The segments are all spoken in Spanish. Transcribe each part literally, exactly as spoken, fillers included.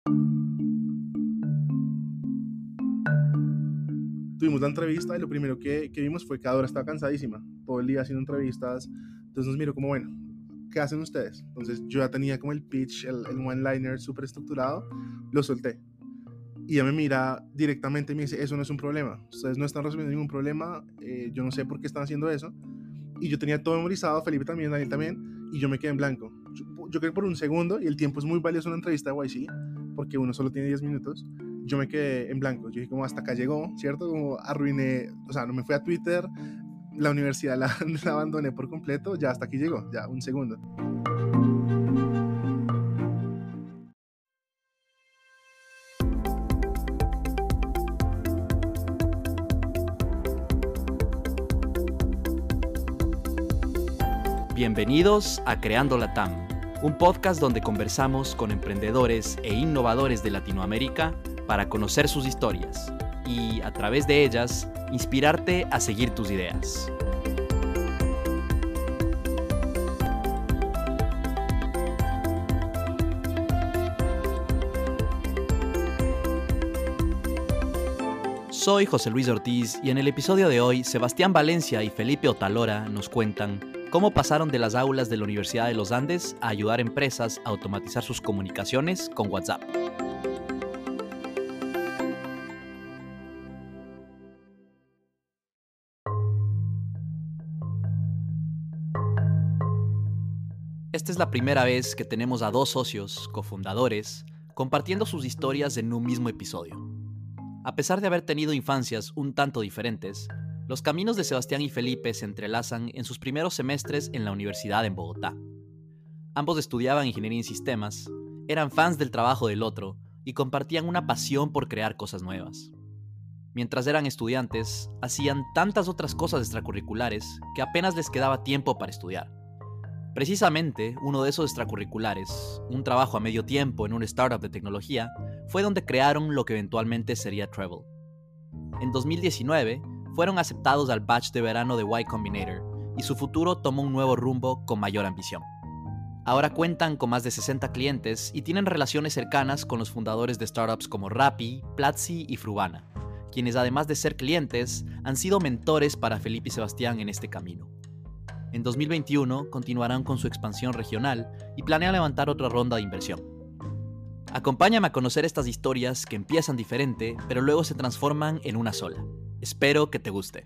Tuvimos la entrevista y lo primero que, que vimos fue que Adora estaba cansadísima, todo el día haciendo entrevistas. Entonces nos miró como, bueno, ¿qué hacen ustedes? Entonces yo ya tenía como el pitch, el, el one-liner súper estructurado, lo solté. Y ella me mira directamente y me dice, eso no es un problema, ustedes no están resolviendo ningún problema, eh, yo no sé por qué están haciendo eso. Y yo tenía todo memorizado, Felipe también, Daniel también, y yo me quedé en blanco. Yo, yo creo que por un segundo, y el tiempo es muy valioso en una entrevista de Y C, porque uno solo tiene diez minutos, yo me quedé en blanco. Yo dije como hasta acá llegó, ¿cierto? Como arruiné, o sea, no me fui a Twitter, la universidad la, la abandoné por completo, ya hasta aquí llegó, ya un segundo. Bienvenidos a Creando Latam, un podcast donde conversamos con emprendedores e innovadores de Latinoamérica para conocer sus historias y, a través de ellas, inspirarte a seguir tus ideas. Soy José Luis Ortiz y en el episodio de hoy, Sebastián Valencia y Felipe Otalora nos cuentan cómo pasaron de las aulas de la Universidad de los Andes a ayudar a empresas a automatizar sus comunicaciones con WhatsApp. Esta es la primera vez que tenemos a dos socios, cofundadores, compartiendo sus historias en un mismo episodio. A pesar de haber tenido infancias un tanto diferentes, los caminos de Sebastián y Felipe se entrelazan en sus primeros semestres en la universidad en Bogotá. Ambos estudiaban ingeniería en sistemas, eran fans del trabajo del otro y compartían una pasión por crear cosas nuevas. Mientras eran estudiantes, hacían tantas otras cosas extracurriculares que apenas les quedaba tiempo para estudiar. Precisamente, uno de esos extracurriculares, un trabajo a medio tiempo en una startup de tecnología, fue donde crearon lo que eventualmente sería Treble. En dos mil diecinueve, fueron aceptados al batch de verano de Y Combinator y su futuro tomó un nuevo rumbo con mayor ambición. Ahora cuentan con más de sesenta clientes y tienen relaciones cercanas con los fundadores de startups como Rappi, Platzi y Frubana, quienes además de ser clientes, han sido mentores para Felipe y Sebastián en este camino. En dos mil veintiuno continuarán con su expansión regional y planean levantar otra ronda de inversión. Acompáñame a conocer estas historias que empiezan diferente, pero luego se transforman en una sola. Espero que te guste.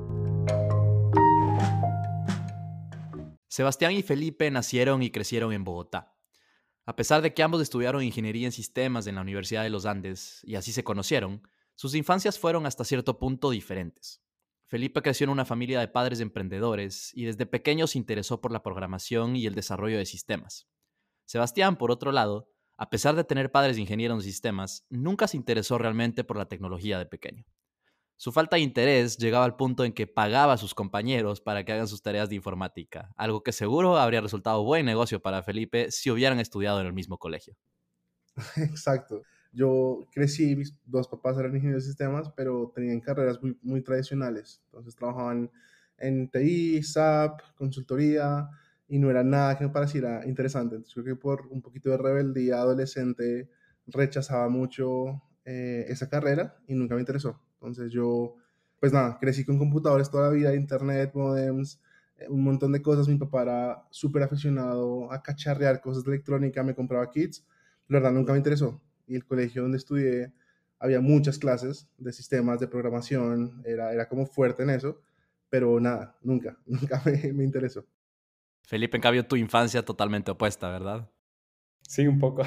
Sebastián y Felipe nacieron y crecieron en Bogotá. A pesar de que ambos estudiaron ingeniería en sistemas en la Universidad de los Andes y así se conocieron, sus infancias fueron hasta cierto punto diferentes. Felipe creció en una familia de padres emprendedores y desde pequeño se interesó por la programación y el desarrollo de sistemas. Sebastián, por otro lado, a pesar de tener padres ingenieros en sistemas, nunca se interesó realmente por la tecnología de pequeño. Su falta de interés llegaba al punto en que pagaba a sus compañeros para que hagan sus tareas de informática, algo que seguro habría resultado buen negocio para Felipe si hubieran estudiado en el mismo colegio. Exacto. Yo crecí, mis dos papás eran ingenieros de sistemas, pero tenían carreras muy, muy tradicionales. Entonces trabajaban en T I, S A P, consultoría, y no era nada que me pareciera interesante. Entonces creo que por un poquito de rebeldía adolescente rechazaba mucho eh, esa carrera y nunca me interesó. Entonces yo, pues nada, crecí con computadores toda la vida, internet, modems, eh, un montón de cosas. Mi papá era súper aficionado a cacharrear cosas de electrónica, me compraba kits. La verdad nunca me interesó. Y el colegio donde estudié había muchas clases de sistemas, de programación, era, era como fuerte en eso, pero nada, nunca, nunca me, me interesó. Felipe, en cambio, tu infancia totalmente opuesta, ¿verdad? Sí, un poco,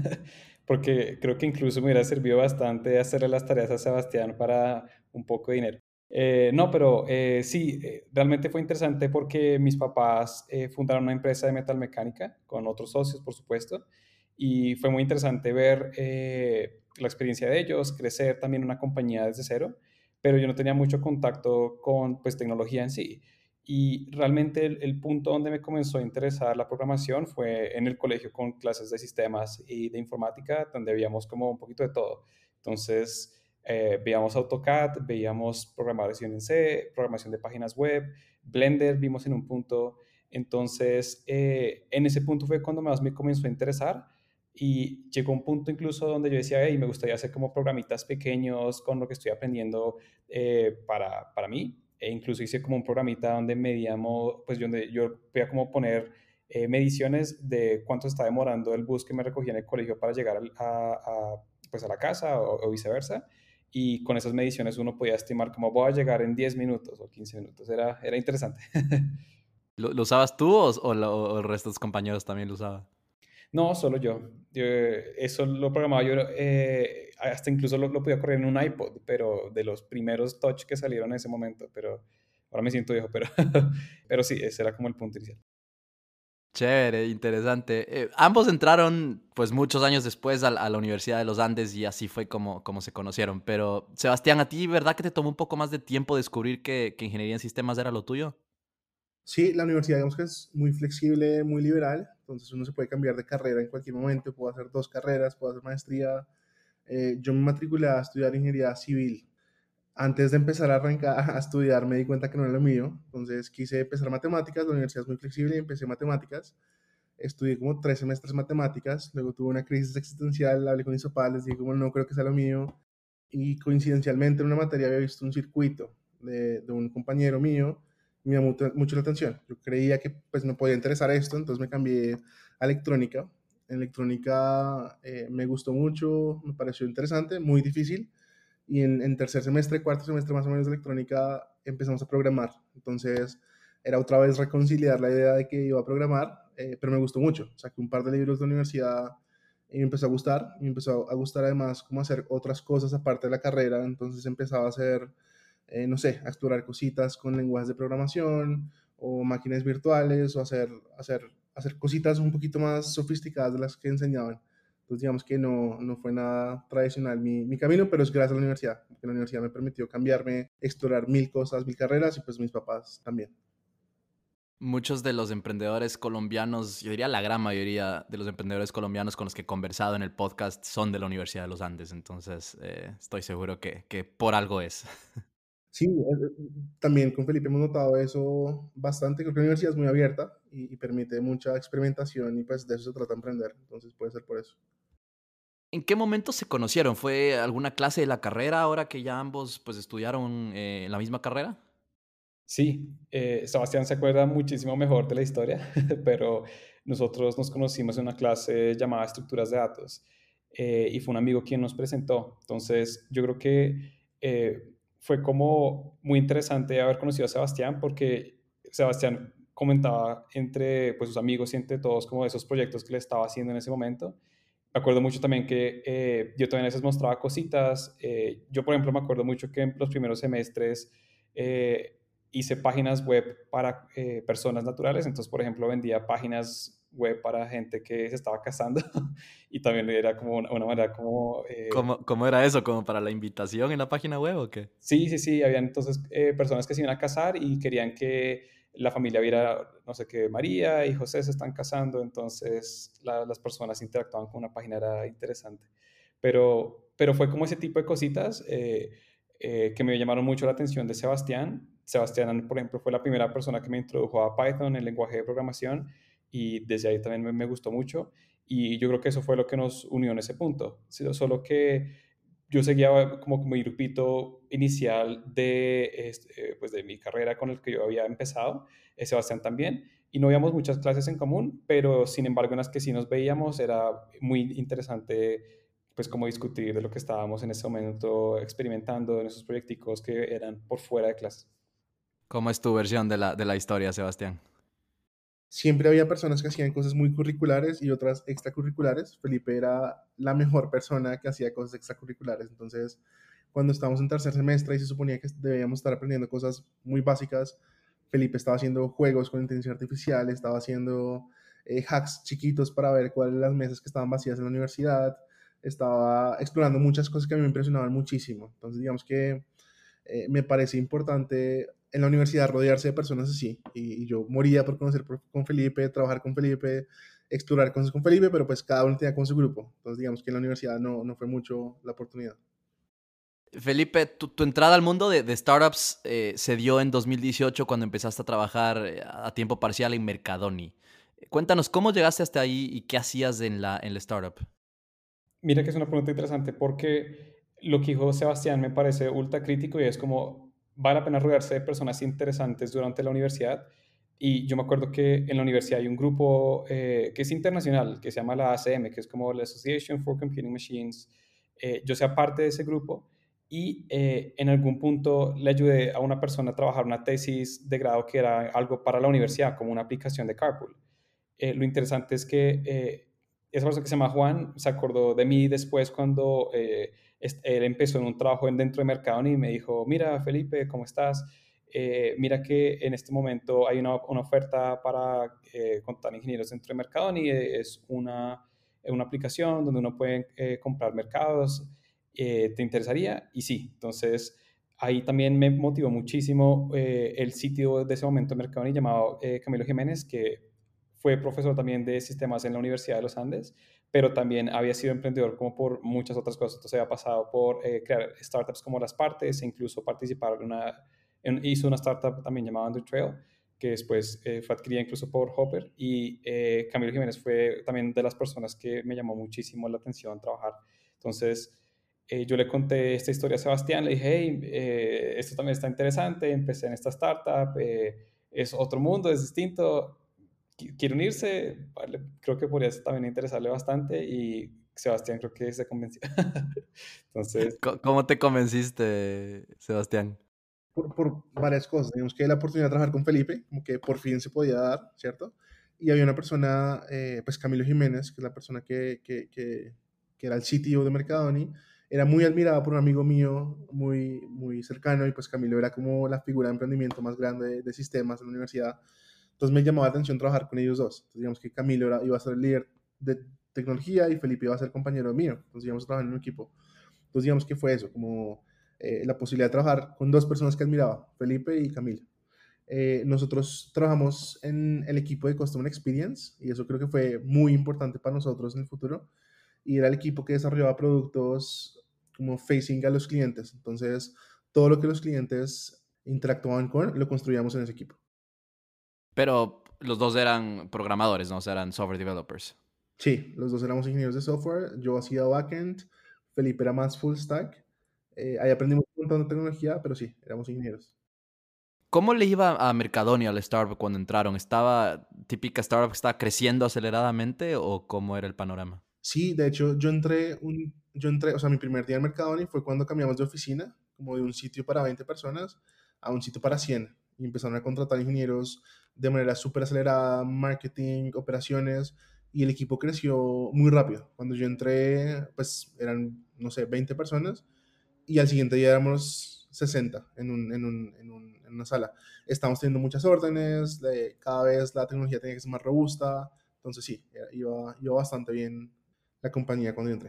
porque creo que incluso me hubiera servido bastante hacerle las tareas a Sebastián para un poco de dinero. Eh, no, pero eh, sí, eh, realmente fue interesante porque mis papás eh, fundaron una empresa de metalmecánica con otros socios, por supuesto, y fue muy interesante ver eh, la experiencia de ellos, crecer también una compañía desde cero, pero yo no tenía mucho contacto con pues, tecnología en sí. Y realmente el, el punto donde me comenzó a interesar la programación fue en el colegio con clases de sistemas y de informática, donde veíamos como un poquito de todo. Entonces, eh, veíamos AutoCAD, veíamos programación en C, programación de páginas web, Blender vimos en un punto. Entonces, eh, en ese punto fue cuando más me comenzó a interesar Y llegó un punto incluso donde yo decía, hey, me gustaría hacer como programitas pequeños con lo que estoy aprendiendo eh, para, para mí. E incluso hice como un programita donde medíamos, pues donde yo podía como poner eh, mediciones de cuánto está demorando el bus que me recogía en el colegio para llegar al- a, a, pues a la casa o, o viceversa. Y con esas mediciones uno podía estimar cómo voy a llegar en diez minutos o quince minutos. Era, era interesante. ¿Lo, lo usabas tú o, o lo- o el resto de tus compañeros también lo usaban? No, solo yo. Yo, eh, eso lo programaba yo, eh, hasta incluso lo, lo podía correr en un iPod, pero de los primeros touch que salieron en ese momento, pero ahora me siento viejo, pero, pero sí, ese era como el punto inicial. Chévere, interesante. Eh, ambos entraron pues muchos años después a, la a la Universidad de los Andes y así fue como, como se conocieron. Pero Sebastián, ¿a ti verdad que te tomó un poco más de tiempo descubrir que, que ingeniería en sistemas era lo tuyo? Sí, la universidad digamos que es muy flexible, muy liberal, entonces uno se puede cambiar de carrera en cualquier momento, puedo hacer dos carreras, puedo hacer maestría. Eh, yo me matriculé a estudiar ingeniería civil. Antes de empezar a arrancar a estudiar me di cuenta que no era lo mío, entonces quise empezar matemáticas, la universidad es muy flexible y empecé matemáticas. Estudié como tres semestres matemáticas, luego tuve una crisis existencial, hablé con mis papás, les dije como no creo que sea lo mío, y coincidencialmente en una materia había visto un circuito de, de un compañero mío, y me llamó mucho, mucho la atención. Yo creía que pues me podía interesar esto, entonces me cambié a electrónica. En electrónica eh, me gustó mucho, me pareció interesante, muy difícil, y en, en tercer semestre, cuarto semestre más o menos de electrónica empezamos a programar. Entonces era otra vez reconciliar la idea de que iba a programar, eh, pero me gustó mucho. Saqué un par de libros de la universidad y me empezó a gustar. Y me empezó a gustar además cómo hacer otras cosas aparte de la carrera. Entonces empezaba a hacer, eh, no sé, a explorar cositas con lenguajes de programación o máquinas virtuales o hacer, hacer, hacer cositas un poquito más sofisticadas de las que enseñaban. Entonces, digamos que no, no fue nada tradicional mi, mi camino, pero es gracias a la universidad, porque la universidad me permitió cambiarme, explorar mil cosas, mil carreras y pues mis papás también. Muchos de los emprendedores colombianos, yo diría la gran mayoría de los emprendedores colombianos con los que he conversado en el podcast son de la Universidad de los Andes, entonces eh, estoy seguro que, que por algo es. Sí, eh, eh, también con Felipe hemos notado eso bastante. Creo que la universidad es muy abierta y, y permite mucha experimentación y pues de eso se trata de emprender. Entonces puede ser por eso. ¿En qué momento se conocieron? ¿Fue alguna clase de la carrera ahora que ya ambos pues estudiaron eh, en la misma carrera? Sí, eh, Sebastián se acuerda muchísimo mejor de la historia, pero nosotros nos conocimos en una clase llamada Estructuras de Datos eh, y fue un amigo quien nos presentó. Entonces, yo creo que eh, fue como muy interesante haber conocido a Sebastián porque Sebastián comentaba entre pues, sus amigos y entre todos como esos proyectos que le estaba haciendo en ese momento. Me acuerdo mucho también que eh, yo también a veces mostraba cositas. Eh, yo, por ejemplo, me acuerdo mucho que en los primeros semestres eh, hice páginas web para eh, personas naturales. Entonces, por ejemplo, vendía páginas web para gente que se estaba casando y también era como una, una manera como... eh, ¿Cómo, cómo era eso? ¿Como para la invitación en la página web o qué? Sí, sí, sí, habían entonces eh, personas que se iban a casar y querían que la familia viera, no sé qué, María y José se están casando, entonces la- las personas interactuaban con una página, era interesante. Pero, pero fue como ese tipo de cositas eh, eh, que me llamaron mucho la atención de Sebastián. Sebastián, por ejemplo, fue la primera persona que me introdujo a Python, el lenguaje de programación, y desde ahí también me, me gustó mucho. Y yo creo que eso fue lo que nos unió en ese punto. Sí, solo que yo seguía como con mi grupito inicial de, este, eh, pues de mi carrera con el que yo había empezado, eh, Sebastián también, y no habíamos muchas clases en común, pero sin embargo en las que sí nos veíamos era muy interesante pues como discutir de lo que estábamos en ese momento experimentando en esos proyecticos que eran por fuera de clase. ¿Cómo es tu versión de la, de la historia, Sebastián? Siempre había personas que hacían cosas muy curriculares y otras extracurriculares. Felipe era la mejor persona que hacía cosas extracurriculares. Entonces, cuando estábamos en tercer semestre y se suponía que debíamos estar aprendiendo cosas muy básicas, Felipe estaba haciendo juegos con inteligencia artificial, estaba haciendo eh, hacks chiquitos para ver cuáles eran las mesas que estaban vacías en la universidad, estaba explorando muchas cosas que a mí me impresionaban muchísimo. Entonces, digamos que eh, me parece importante en la universidad rodearse de personas así. Y, y yo moría por conocer por, con Felipe, trabajar con Felipe, explorar cosas con Felipe, pero pues cada uno tenía con su grupo. Entonces digamos que en la universidad no, no fue mucho la oportunidad. Felipe, tu, tu entrada al mundo de, de startups eh, se dio en dos mil dieciocho cuando empezaste a trabajar eh, a tiempo parcial en Mercadoni. Cuéntanos, ¿cómo llegaste hasta ahí y qué hacías en la, en la startup? Mira que es una pregunta interesante porque lo que dijo Sebastián me parece ultra crítico y es como vale la pena rodearse de personas interesantes durante la universidad. Y yo me acuerdo que en la universidad hay un grupo eh, que es internacional, que se llama la A C M, que es como la Association for Computing Machines. Eh, yo sea parte de ese grupo y eh, en algún punto le ayudé a una persona a trabajar una tesis de grado que era algo para la universidad, como una aplicación de Carpool. Eh, lo interesante es que eh, esa persona que se llama Juan se acordó de mí después cuando eh, él empezó en un trabajo dentro de Mercadona y me dijo, mira Felipe, ¿cómo estás? Eh, mira que en este momento hay una, una oferta para eh, contratar ingenieros dentro de Mercadona y es una, una aplicación donde uno puede eh, comprar mercados. Eh, ¿te interesaría? Y sí, entonces ahí también me motivó muchísimo eh, el sitio de ese momento de Mercadona llamado eh, Camilo Jiménez, que fue profesor también de sistemas en la Universidad de los Andes, pero también había sido emprendedor como por muchas otras cosas. Entonces había pasado por eh, crear startups como Las Partes e incluso participar en una, en, hizo una startup también llamada Undertrail, que después eh, fue adquirida incluso por Hopper. Y eh, Camilo Jiménez fue también de las personas que me llamó muchísimo la atención trabajar. Entonces, eh, yo le conté esta historia a Sebastián, le dije, hey, eh, esto también está interesante, empecé en esta startup, eh, es otro mundo, es distinto, quiere unirse, vale, creo que podría también interesarle bastante y Sebastián creo que se convenció. Entonces, ¿Cómo te convenciste, Sebastián? Por, por varias cosas. Digamos que la oportunidad de trabajar con Felipe, como que por fin se podía dar, ¿cierto? Y había una persona, eh, pues Camilo Jiménez, que es la persona que, que, que, que era el C T O de Mercadoni, era muy admirado por un amigo mío muy, muy cercano y pues Camilo era como la figura de emprendimiento más grande de, de sistemas en la universidad. Entonces me llamó la atención trabajar con ellos dos. Entonces digamos que Camilo era, iba a ser el líder de tecnología y Felipe iba a ser compañero mío. Entonces íbamos a trabajar en un equipo. Entonces digamos que fue eso, como eh, la posibilidad de trabajar con dos personas que admiraba, Felipe y Camilo. Eh, nosotros trabajamos en el equipo de Customer Experience y eso creo que fue muy importante para nosotros en el futuro. Y era el equipo que desarrollaba productos como facing a los clientes. Entonces, todo lo que los clientes interactuaban con, lo construíamos en ese equipo. Pero los dos eran programadores, ¿no? O sea, eran software developers. Sí, los dos éramos ingenieros de software. Yo hacía backend, Felipe era más full stack. Eh, ahí aprendimos un montón de tecnología, pero sí, éramos ingenieros. ¿Cómo le iba a Mercadoni, al startup, cuando entraron? ¿Estaba típica startup que estaba creciendo aceleradamente o cómo era el panorama? Sí, de hecho, yo entré, un, yo entré, o sea, mi primer día en Mercadoni fue cuando cambiamos de oficina, como de un sitio para veinte personas a un sitio para cien. Y empezaron a contratar ingenieros de manera súper acelerada, marketing, operaciones, y el equipo creció muy rápido. Cuando yo entré, pues eran, no sé, veinte personas, y al siguiente día éramos sesenta en, un, en, un, en, un, en una sala. Estamos teniendo muchas órdenes, de, cada vez la tecnología tenía que ser más robusta, entonces sí, iba, iba bastante bien la compañía cuando yo entré.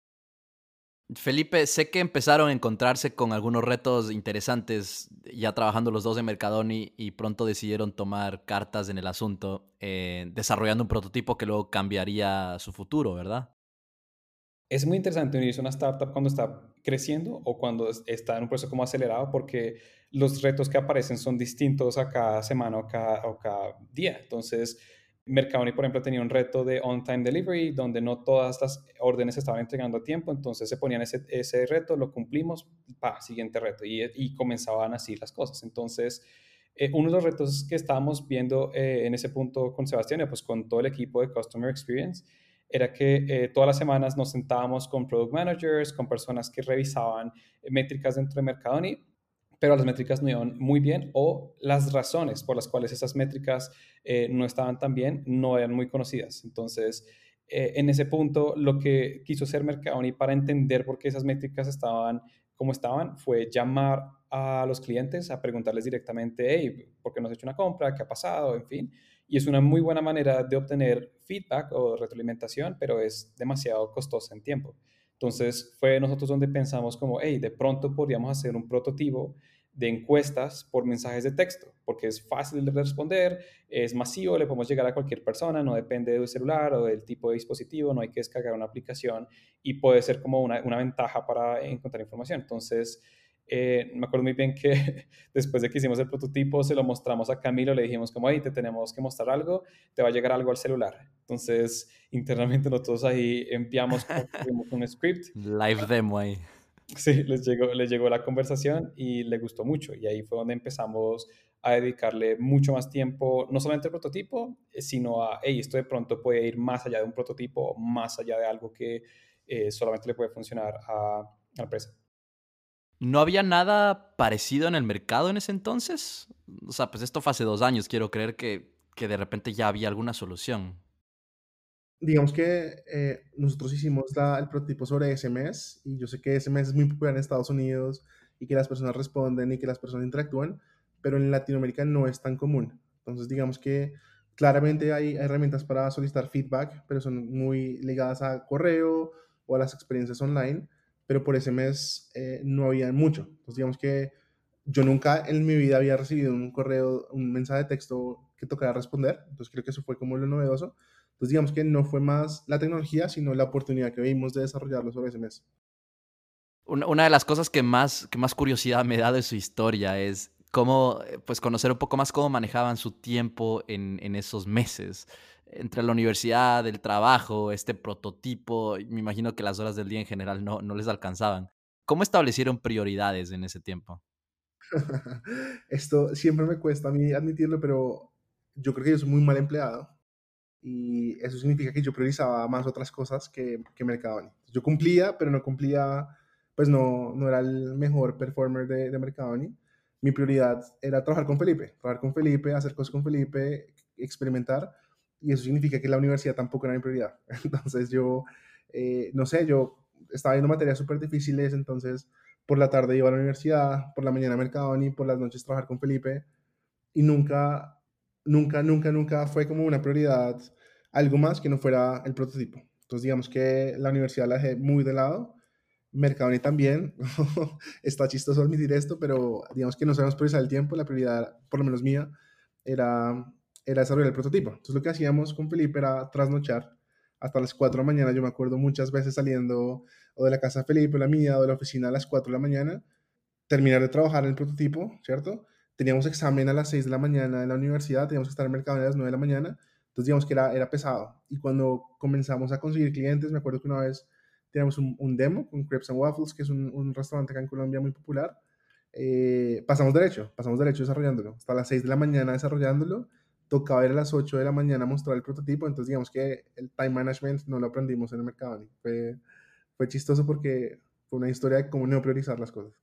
Felipe, sé que empezaron a encontrarse con algunos retos interesantes ya trabajando los dos en Mercadoni y pronto decidieron tomar cartas en el asunto, eh, desarrollando un prototipo que luego cambiaría su futuro, ¿verdad? es muy interesante unirse a una startup cuando está creciendo o cuando está en un proceso como acelerado porque los retos que aparecen son distintos a cada semana o cada, o cada día. Entonces, Mercadoni, por ejemplo, tenía un reto de on-time delivery donde no todas las órdenes se estaban entregando a tiempo, entonces se ponían ese, ese reto, lo cumplimos, pa, siguiente reto, y, y comenzaban así las cosas. Entonces, eh, uno de los retos que estábamos viendo eh, en ese punto con Sebastián, pues con todo el equipo de Customer Experience, era que eh, todas las semanas nos sentábamos con product managers, con personas que revisaban eh, métricas dentro de Mercadoni, pero las métricas no iban muy bien o las razones por las cuales esas métricas eh, no estaban tan bien no eran muy conocidas. Entonces, eh, en ese punto, lo que quiso hacer Mercadoni para entender por qué esas métricas estaban como estaban fue llamar a los clientes a preguntarles directamente, hey, ¿por qué no has hecho una compra? ¿Qué ha pasado? En fin. Y es una muy buena manera de obtener feedback o retroalimentación, pero es demasiado costosa en tiempo. Entonces fue nosotros donde pensamos como, hey, de pronto podríamos hacer un prototipo de encuestas por mensajes de texto, porque es fácil de responder, es masivo, le podemos llegar a cualquier persona, no depende del celular o del tipo de dispositivo, no hay que descargar una aplicación y puede ser como una, una ventaja para encontrar información. Entonces, Eh, me acuerdo muy bien que después de que hicimos el prototipo, se lo mostramos a Camilo, le dijimos como, hey, te tenemos que mostrar algo, te va a llegar algo al celular. Entonces, internamente nosotros ahí enviamos como un script. Live demo ahí. Sí, les llegó, les llegó la conversación y le gustó mucho. Y ahí fue donde empezamos a dedicarle mucho más tiempo, no solamente al prototipo, eh, sino a, hey, esto de pronto puede ir más allá de un prototipo, más allá de algo que eh, solamente le puede funcionar a, a la empresa. ¿No había nada parecido en el mercado en ese entonces? O sea, pues esto fue hace dos años, quiero creer que, que de repente ya había alguna solución. Digamos que eh, nosotros hicimos la- el prototipo sobre S M S y yo sé que S M S es muy popular en Estados Unidos y que las personas responden y que las personas interactúan, pero en Latinoamérica no es tan común. Entonces, digamos que claramente hay herramientas para solicitar feedback, pero son muy ligadas a correo o a las experiencias online, pero por S M S eh, no había mucho. Entonces, digamos que yo nunca en mi vida había recibido un correo, un mensaje de texto que tocara responder, entonces creo que eso fue como lo novedoso. Entonces, digamos que no fue más la tecnología, sino la oportunidad que vimos de desarrollarlo sobre S M S. Una, una de las cosas que más, que más curiosidad me da de su historia es cómo, eh, pues, conocer un poco más cómo manejaban su tiempo en, en esos meses. Entre la universidad, el trabajo, este prototipo, y me imagino que las horas del día en general no, no les alcanzaban. ¿Cómo establecieron prioridades en ese tiempo? Esto siempre me cuesta a mí admitirlo, pero yo creo que yo soy muy mal empleado y eso significa que yo priorizaba más otras cosas que, que Mercadona. Yo cumplía, pero no cumplía, pues no, no era el mejor performer de, de Mercadona. Mi prioridad era trabajar con Felipe, trabajar con Felipe, hacer cosas con Felipe, experimentar, y eso significa que la universidad tampoco era mi prioridad. Entonces yo, eh, no sé, yo estaba viendo materias súper difíciles, entonces por la tarde iba a la universidad, por la mañana a Mercadona y por las noches trabajar con Felipe, y nunca, nunca, nunca, nunca fue como una prioridad algo más que no fuera el prototipo. Entonces, digamos que la universidad la dejé muy de lado. Mercadona también. Está chistoso admitir esto, pero digamos que no sabemos priorizar el tiempo. La prioridad, por lo menos mía, era, era desarrollar el prototipo. Entonces, lo que hacíamos con Felipe era trasnochar hasta las cuatro de la mañana. Yo me acuerdo muchas veces saliendo o de la casa de Felipe, o la mía, o de la oficina a las cuatro de la mañana, terminar de trabajar en el prototipo, ¿cierto? Teníamos examen a las seis de la mañana en la universidad, teníamos que estar en el mercado a las nueve de la mañana, entonces digamos que era, era pesado. Y cuando comenzamos a conseguir clientes, me acuerdo que una vez teníamos un, un demo con Crepes and Waffles, que es un, un restaurante acá en Colombia muy popular, eh, pasamos derecho, pasamos derecho desarrollándolo, hasta las seis de la mañana desarrollándolo, tocaba ir a las ocho de la mañana a mostrar el prototipo, entonces digamos que el time management no lo aprendimos en el mercado. Fue, fue chistoso porque fue una historia de cómo no priorizar las cosas.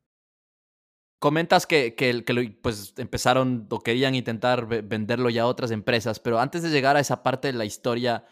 Comentas que, que, que lo, pues, empezaron o querían intentar ve- venderlo ya a otras empresas, pero antes de llegar a esa parte de la historia,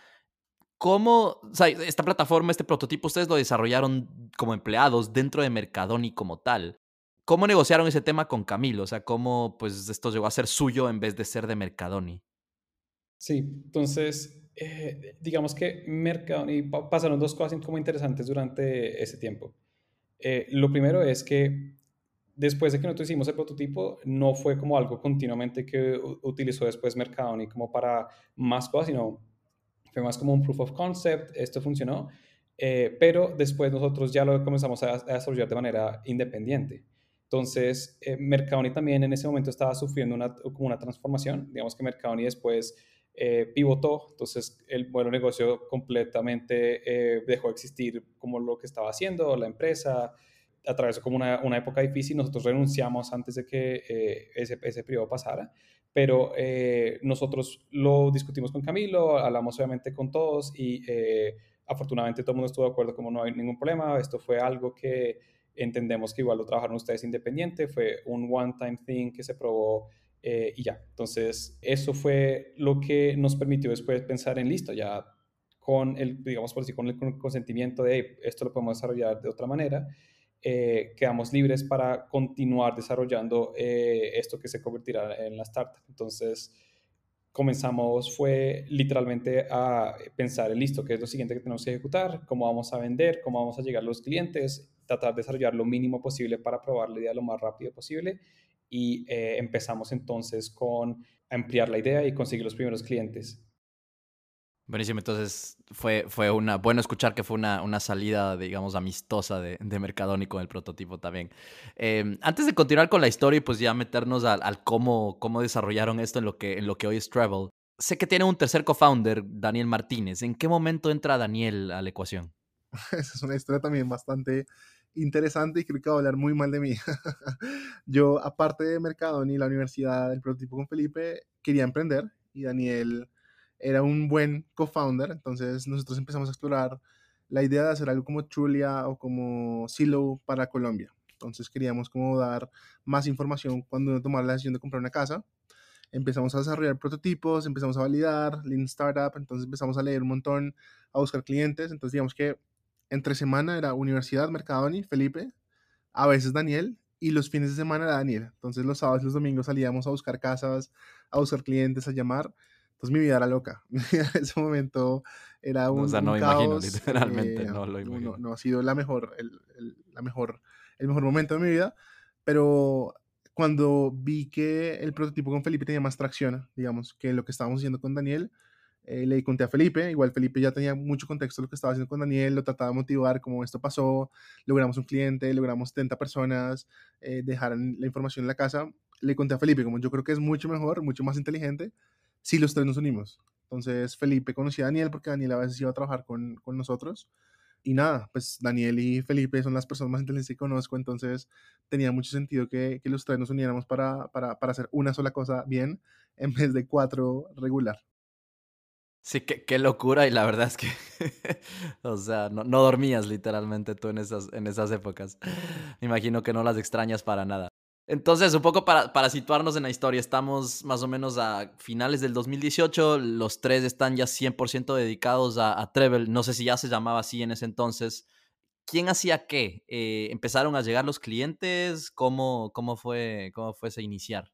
¿cómo, o sea, esta plataforma, este prototipo, ustedes lo desarrollaron como empleados dentro de Mercadoni como tal? ¿Cómo negociaron ese tema con Camilo? O sea, ¿cómo pues esto llegó a ser suyo en vez de ser de Mercadoni? Sí, entonces, eh, digamos que Mercado, y pa- pasaron dos cosas como interesantes durante ese tiempo. Eh, lo primero es que después de que nosotros hicimos el prototipo, no fue como algo continuamente que u- utilizó después Mercadoni como para más cosas, sino fue más como un proof of concept, esto funcionó, eh, pero después nosotros ya lo comenzamos a, a desarrollar de manera independiente. Entonces, eh, Mercadoni también en ese momento estaba sufriendo una, como una transformación. Digamos que Mercadoni después eh, pivotó, entonces el modelo de negocio completamente eh, dejó de existir como lo que estaba haciendo la empresa, atravesó como una, una época difícil, nosotros renunciamos antes de que eh, ese, ese periodo pasara, pero eh, nosotros lo discutimos con Camilo, hablamos obviamente con todos y eh, afortunadamente todo el mundo estuvo de acuerdo como no hay ningún problema, esto fue algo que entendemos que igual lo trabajaron ustedes independiente, fue un one-time thing que se probó eh, y ya. Entonces, eso fue lo que nos permitió después pensar en listo, ya con el, digamos por así, con el consentimiento de hey, esto lo podemos desarrollar de otra manera, eh, quedamos libres para continuar desarrollando eh, esto que se convertirá en la startup. Entonces, comenzamos fue literalmente a pensar en listo, qué es lo siguiente que tenemos que ejecutar, cómo vamos a vender, cómo vamos a llegar a los clientes, tratar de desarrollar lo mínimo posible para probar la idea lo más rápido posible y eh, empezamos entonces con ampliar la idea y conseguir los primeros clientes. Buenísimo, entonces fue, fue una, bueno escuchar que fue una, una salida, digamos, amistosa de, de Mercadoni con el prototipo también. Eh, antes de continuar con la historia y pues ya meternos al, al cómo, cómo desarrollaron esto en lo, que, en lo que hoy es Treble, sé que tiene un tercer co-founder, Daniel Martínez. ¿En qué momento entra Daniel a la ecuación? Esa es una historia también bastante interesante y creo que va a hablar muy mal de mí. Yo, aparte de Mercadoni, la universidad, el prototipo con Felipe, quería emprender y Daniel era un buen co-founder, entonces nosotros empezamos a explorar la idea de hacer algo como Trulia o como Silo para Colombia. Entonces queríamos como dar más información cuando uno tomara la decisión de comprar una casa. Empezamos a desarrollar prototipos, empezamos a validar, Lean Startup, entonces empezamos a leer un montón, a buscar clientes, entonces digamos que entre semana era universidad, Mercadoni, Felipe, a veces Daniel, y los fines de semana era Daniel. Entonces los sábados y los domingos salíamos a buscar casas, a buscar clientes, a llamar. Entonces mi vida era loca. En ese momento era No, o un, sea, no un me imagino, caos. literalmente, Eh, no lo no, no, imagino. no ha sido la mejor, el, el, la mejor, el mejor momento de mi vida, pero cuando vi que el prototipo con Felipe tenía más tracción, digamos, que lo que estábamos haciendo con Daniel, eh, le conté a Felipe, igual Felipe ya tenía mucho contexto de lo que estaba haciendo con Daniel, lo trataba de motivar, como esto pasó, logramos un cliente, logramos setenta personas, eh, dejaron la información en la casa. Le conté a Felipe, como yo creo que es mucho mejor, mucho más inteligente si los tres nos unimos. Entonces Felipe conocía a Daniel porque Daniel a veces iba a trabajar con, con nosotros. Y nada, pues Daniel y Felipe son las personas más inteligentes que conozco, entonces tenía mucho sentido que, que los tres nos uniéramos para, para, para hacer una sola cosa bien en vez de cuatro regular. Sí, qué, qué locura y la verdad es que, o sea, no, no dormías literalmente tú en esas, en esas épocas. Me imagino que no las extrañas para nada. Entonces, un poco para, para situarnos en la historia, estamos más o menos a finales del dos mil dieciocho, los tres están ya cien por ciento dedicados a, a Treble, no sé si ya se llamaba así en ese entonces. ¿Quién hacía qué? Eh, ¿Empezaron a llegar los clientes? ¿Cómo, cómo fue, cómo fue ese iniciar?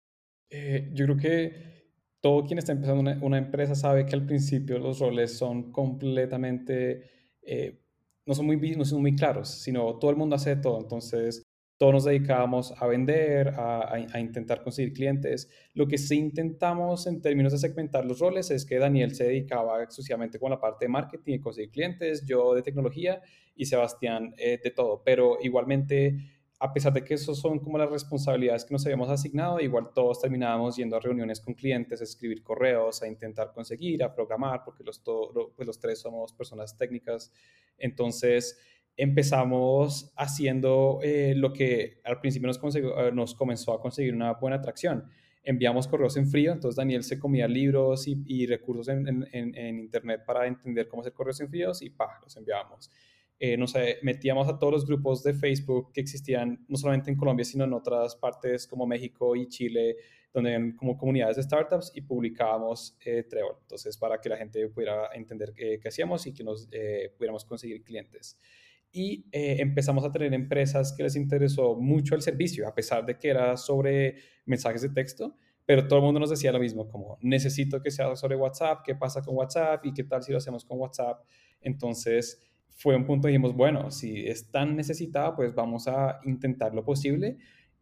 Eh, yo creo que todo quien está empezando una, una empresa sabe que al principio los roles son completamente, eh, no son muy, vi- no son muy claros, sino todo el mundo hace todo. Entonces, todos nos dedicábamos a vender, a, a- a intentar conseguir clientes. Lo que sí intentamos en términos de segmentar los roles es que Daniel se dedicaba exclusivamente con la parte de marketing y conseguir clientes, yo de tecnología y Sebastián eh, de todo. Pero igualmente, a pesar de que esos son como las responsabilidades que nos habíamos asignado, igual todos terminábamos yendo a reuniones con clientes, a escribir correos, a intentar conseguir, a programar, porque los, to- lo- pues los tres somos personas técnicas. Entonces empezamos haciendo eh, lo que al principio nos, consiguió- eh, nos comenzó a conseguir una buena atracción. Enviamos correos en frío, entonces Daniel se comía libros y, y recursos en, en- en- en internet para entender cómo hacer correos en fríos y pa, los enviábamos. Eh, no sé, metíamos a todos los grupos de Facebook que existían no solamente en Colombia, sino en otras partes como México y Chile, donde habían como comunidades de startups y publicábamos eh, Trello. Entonces, para que la gente pudiera entender qué, qué hacíamos y que nos eh, pudiéramos conseguir clientes. Y eh, empezamos a tener empresas que les interesó mucho el servicio, a pesar de que era sobre mensajes de texto, pero todo el mundo nos decía lo mismo, como necesito que sea sobre WhatsApp, qué pasa con WhatsApp y qué tal si lo hacemos con WhatsApp. Entonces, fue un punto, dijimos, bueno, si es tan necesitada, pues vamos a intentar lo posible.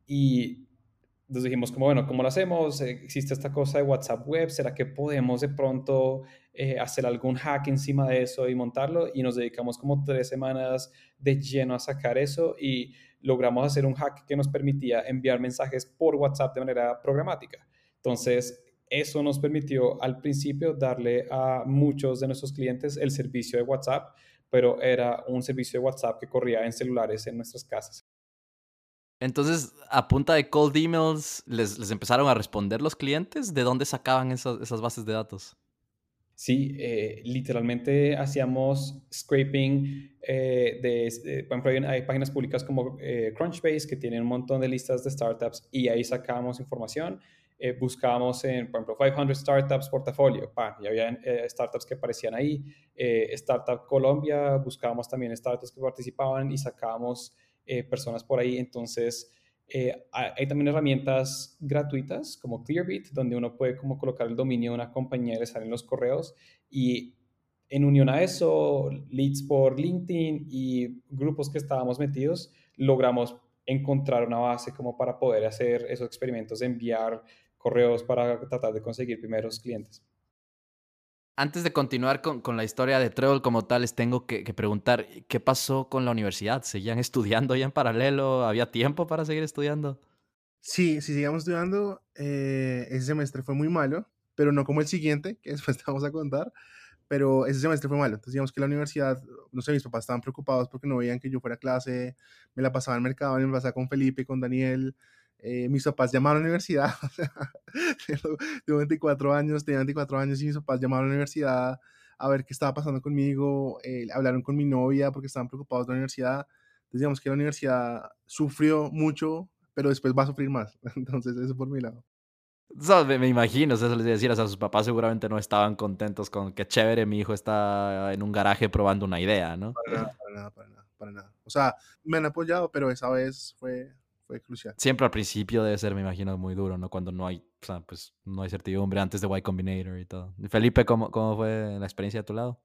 Y nos dijimos como, bueno, ¿cómo lo hacemos? Eh, Existe esta cosa de WhatsApp Web, ¿será que podemos de pronto eh, hacer algún hack encima de eso y montarlo? Y nos dedicamos como tres semanas de lleno a sacar eso y logramos hacer un hack que nos permitía enviar mensajes por WhatsApp de manera programática. Entonces, eso nos permitió al principio darle a muchos de nuestros clientes el servicio de WhatsApp, pero era un servicio de WhatsApp que corría en celulares en nuestras casas. Entonces, a punta de cold emails, ¿les, les empezaron a responder los clientes? ¿De dónde sacaban esas, esas bases de datos? Sí, eh, literalmente hacíamos scraping eh, de, de- por ejemplo, hay, hay páginas públicas como eh, Crunchbase que tienen un montón de listas de startups y ahí sacábamos información. Eh, buscábamos en, por ejemplo, quinientas Startups Portafolio, ¡pam! Y había eh, startups que aparecían ahí. Eh, Startup Colombia, buscábamos también startups que participaban y sacábamos eh, personas por ahí. Entonces, eh, hay también herramientas gratuitas como Clearbit, donde uno puede como colocar el dominio de una compañía y le salen los correos. Y en unión a eso, leads por LinkedIn y grupos que estábamos metidos, logramos encontrar una base como para poder hacer esos experimentos de enviar correos para tratar de conseguir primeros clientes. Antes de continuar con, con la historia de Trébol como tal, les tengo que, que preguntar, ¿qué pasó con la universidad? ¿Seguían estudiando ya en paralelo? ¿Había tiempo para seguir estudiando? Sí, sí, sigamos estudiando. Eh, ese semestre fue muy malo, pero no como el siguiente, que después te vamos a contar. Pero ese semestre fue malo. Entonces, digamos que la universidad, no sé, mis papás estaban preocupados porque no veían que yo fuera a clase, me la pasaba en el mercado, me la pasaba con Felipe, con Daniel. Eh, mis papás llamaron a la universidad, o sea, tengo veinticuatro años, tenía veinticuatro años y mis papás llamaron a la universidad a ver qué estaba pasando conmigo, eh, hablaron con mi novia porque estaban preocupados de la universidad. Entonces, digamos que la universidad sufrió mucho, pero después va a sufrir más. Entonces, eso por mi lado. So, me, me imagino, o sea, eso les iba a decir, o sea, sus papás seguramente no estaban contentos con qué chévere, mi hijo está en un garaje probando una idea, ¿no? Para nada, para nada, para nada, para nada. O sea, me han apoyado, pero esa vez fue, fue crucial. Siempre al principio debe ser, me imagino, muy duro, ¿no? Cuando no hay, o sea, pues no hay certidumbre antes de Y Combinator y todo. Y Felipe, ¿cómo, cómo fue la experiencia de tu lado?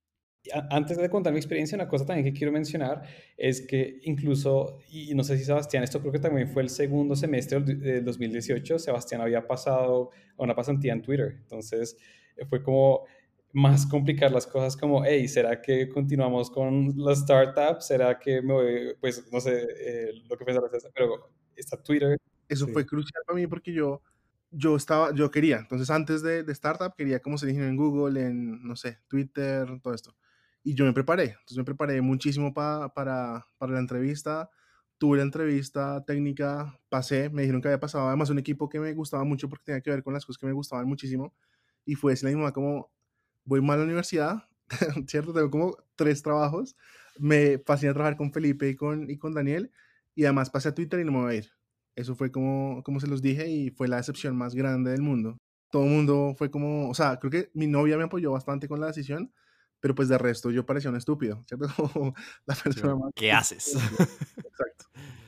A- Antes de contar mi experiencia, una cosa también que quiero mencionar es que incluso, y no sé si Sebastián, esto creo que también fue el segundo semestre del del dos mil dieciocho, Sebastián había pasado a una pasantía en Twitter. Entonces eh, fue como más complicar las cosas como, hey, ¿será que continuamos con las startups? ¿Será que me voy? Pues no sé eh, lo que pensarás de eso, pero está Twitter. Eso fue Sí. crucial para mí porque yo, yo estaba, yo quería, entonces antes de, de startup quería como ser ingeniero en Google, en, no sé, Twitter, todo esto. Y yo me preparé, entonces me preparé muchísimo pa- para, para la entrevista, tuve la entrevista técnica, pasé, me dijeron que había pasado además un equipo que me gustaba mucho porque tenía que ver con las cosas que me gustaban muchísimo. Y fue decirle a mi mamá como, voy mal a la universidad, ¿cierto? Tengo como tres trabajos, me fascina trabajar con Felipe y con, y con Daniel, y además pasé a Twitter y no me voy a ir. Eso fue como, como se los dije y fue la decepción más grande del mundo. Todo el mundo fue como, o sea, creo que mi novia me apoyó bastante con la decisión, pero pues de resto yo parecía un estúpido, ¿cierto? Como la Sí, persona más ¿qué estúpida haces? del mundo. Exacto.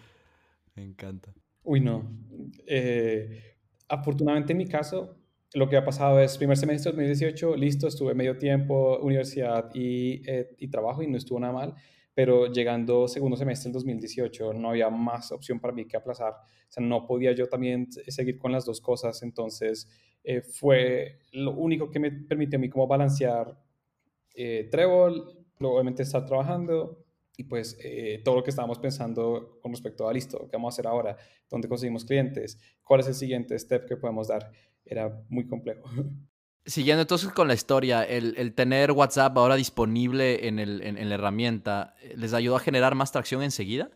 Me encanta. Uy, no. Eh, afortunadamente en mi caso, lo que ha pasado es primer semestre de dos mil dieciocho, listo, estuve medio tiempo, universidad y, eh, y trabajo y no estuvo nada mal, pero llegando segundo semestre del dos mil dieciocho no había más opción para mí que aplazar. O sea, no podía yo también s- seguir con las dos cosas, entonces eh, fue lo único que me permitió a mí como balancear eh, Trébol, luego obviamente estar trabajando y pues eh, todo lo que estábamos pensando con respecto a listo, ¿qué vamos a hacer ahora? ¿Dónde conseguimos clientes? ¿Cuál es el siguiente step que podemos dar? Era muy complejo. Siguiendo entonces con la historia, el, el tener WhatsApp ahora disponible en, el, en, en la herramienta, eh, ¿les ayudó a generar más tracción enseguida?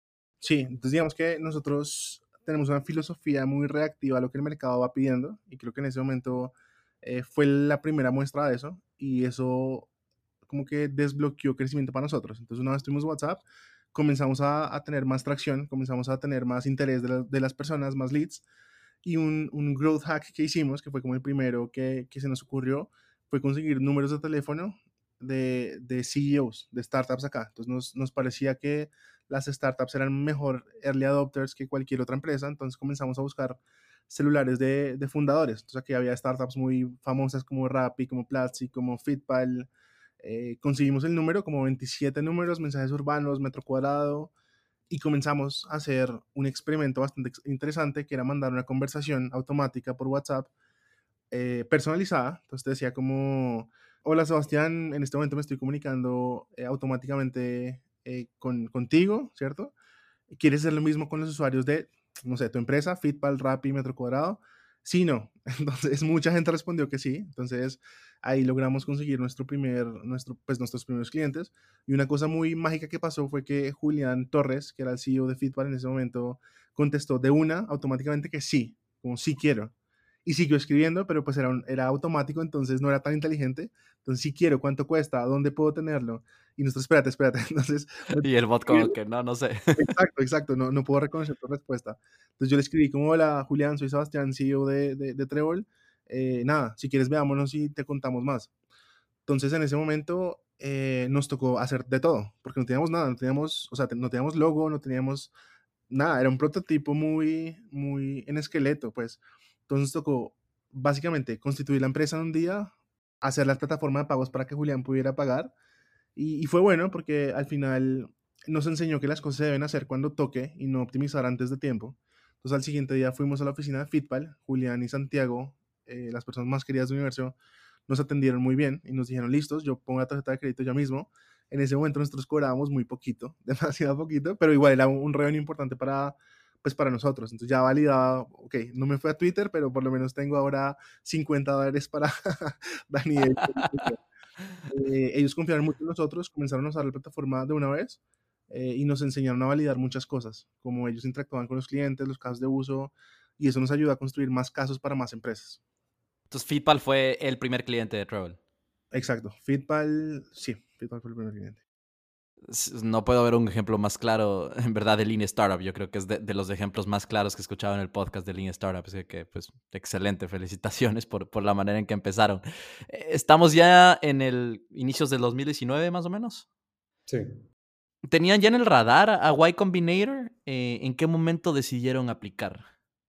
Sí, entonces digamos que nosotros tenemos una filosofía muy reactiva a lo que el mercado va pidiendo y creo que en ese momento eh, fue la primera muestra de eso y eso como que desbloqueó crecimiento para nosotros. Entonces una vez tuvimos WhatsApp, comenzamos a, a tener más tracción, comenzamos a tener más interés de, la- de las personas, más leads y un, un growth hack que hicimos, que fue como el primero que, que se nos ocurrió, fue conseguir números de teléfono de, de C E Os, de startups acá. Entonces nos, nos parecía que las startups eran mejor early adopters que cualquier otra empresa, entonces comenzamos a buscar celulares de, de fundadores. Entonces aquí había startups muy famosas como Rappi, como Platzi, como Fitpal. Eh, conseguimos el número, como veintisiete números, mensajes urbanos, metro cuadrado, y comenzamos a hacer un experimento bastante interesante que era mandar una conversación automática por WhatsApp eh, personalizada. Entonces te decía como, hola Sebastián, en este momento me estoy comunicando eh, automáticamente eh, con, contigo, ¿cierto? ¿Quieres hacer lo mismo con los usuarios de, no sé, tu empresa, Fitpal, Rappi, Metro Cuadrado? Sí, no. Entonces, mucha gente respondió que sí. Entonces, ahí logramos conseguir nuestro primer, nuestro, pues, nuestros primeros clientes. Y una cosa muy mágica que pasó fue que Julián Torres, que era el C E O de Fitpal en ese momento, contestó de una automáticamente que sí, como sí quiero. Y siguió escribiendo, pero pues era, un, era automático, entonces no era tan inteligente. Entonces, sí quiero, ¿cuánto cuesta? ¿Dónde puedo tenerlo? Y nosotros, espérate, espérate. Entonces, Y el bot como que no, no sé. exacto, exacto, no, no puedo reconocer tu respuesta. Entonces yo le escribí como, hola Julián, soy Sebastián, C E O de, de, de Trébol. Eh, nada, si quieres veámonos y te contamos más. Entonces en ese momento eh, nos tocó hacer de todo, porque no teníamos nada, no teníamos, o sea, no teníamos logo, no teníamos nada, era un prototipo muy, muy en esqueleto, pues. Entonces tocó básicamente constituir la empresa en un día, hacer la plataforma de pagos para que Julián pudiera pagar y, y fue bueno porque al final nos enseñó que las cosas se deben hacer cuando toque y no optimizar antes de tiempo. Entonces al siguiente día fuimos a la oficina de Fitpal, Julián y Santiago, eh, las personas más queridas del universo, nos atendieron muy bien y nos dijeron, listos, yo pongo la tarjeta de crédito ya mismo. En ese momento nosotros cobrábamos muy poquito, demasiado poquito, pero igual era un, un revenue importante para, pues para nosotros. Entonces ya validaba, ok, no me fue a Twitter, pero por lo menos tengo ahora cincuenta dólares para Daniel. Eh, ellos confiaron mucho en nosotros, comenzaron a usar la plataforma de una vez eh, y nos enseñaron a validar muchas cosas, como ellos interactuaban con los clientes, los casos de uso, y eso nos ayuda a construir más casos para más empresas. Entonces, Feedpal fue el primer cliente de Treble. Exacto. Feedpal, sí, Feedpal fue el primer cliente. No puedo ver un ejemplo más claro, en verdad, de Lean Startup. Yo creo que es de, de los ejemplos más claros que he escuchado en el podcast de Lean Startup. Así que, pues, excelente. Felicitaciones por, por la manera en que empezaron. Estamos ya en el inicios del dos mil diecinueve, más o menos. Sí. ¿Tenían ya en el radar a Y Combinator? Eh, ¿En qué momento decidieron aplicar?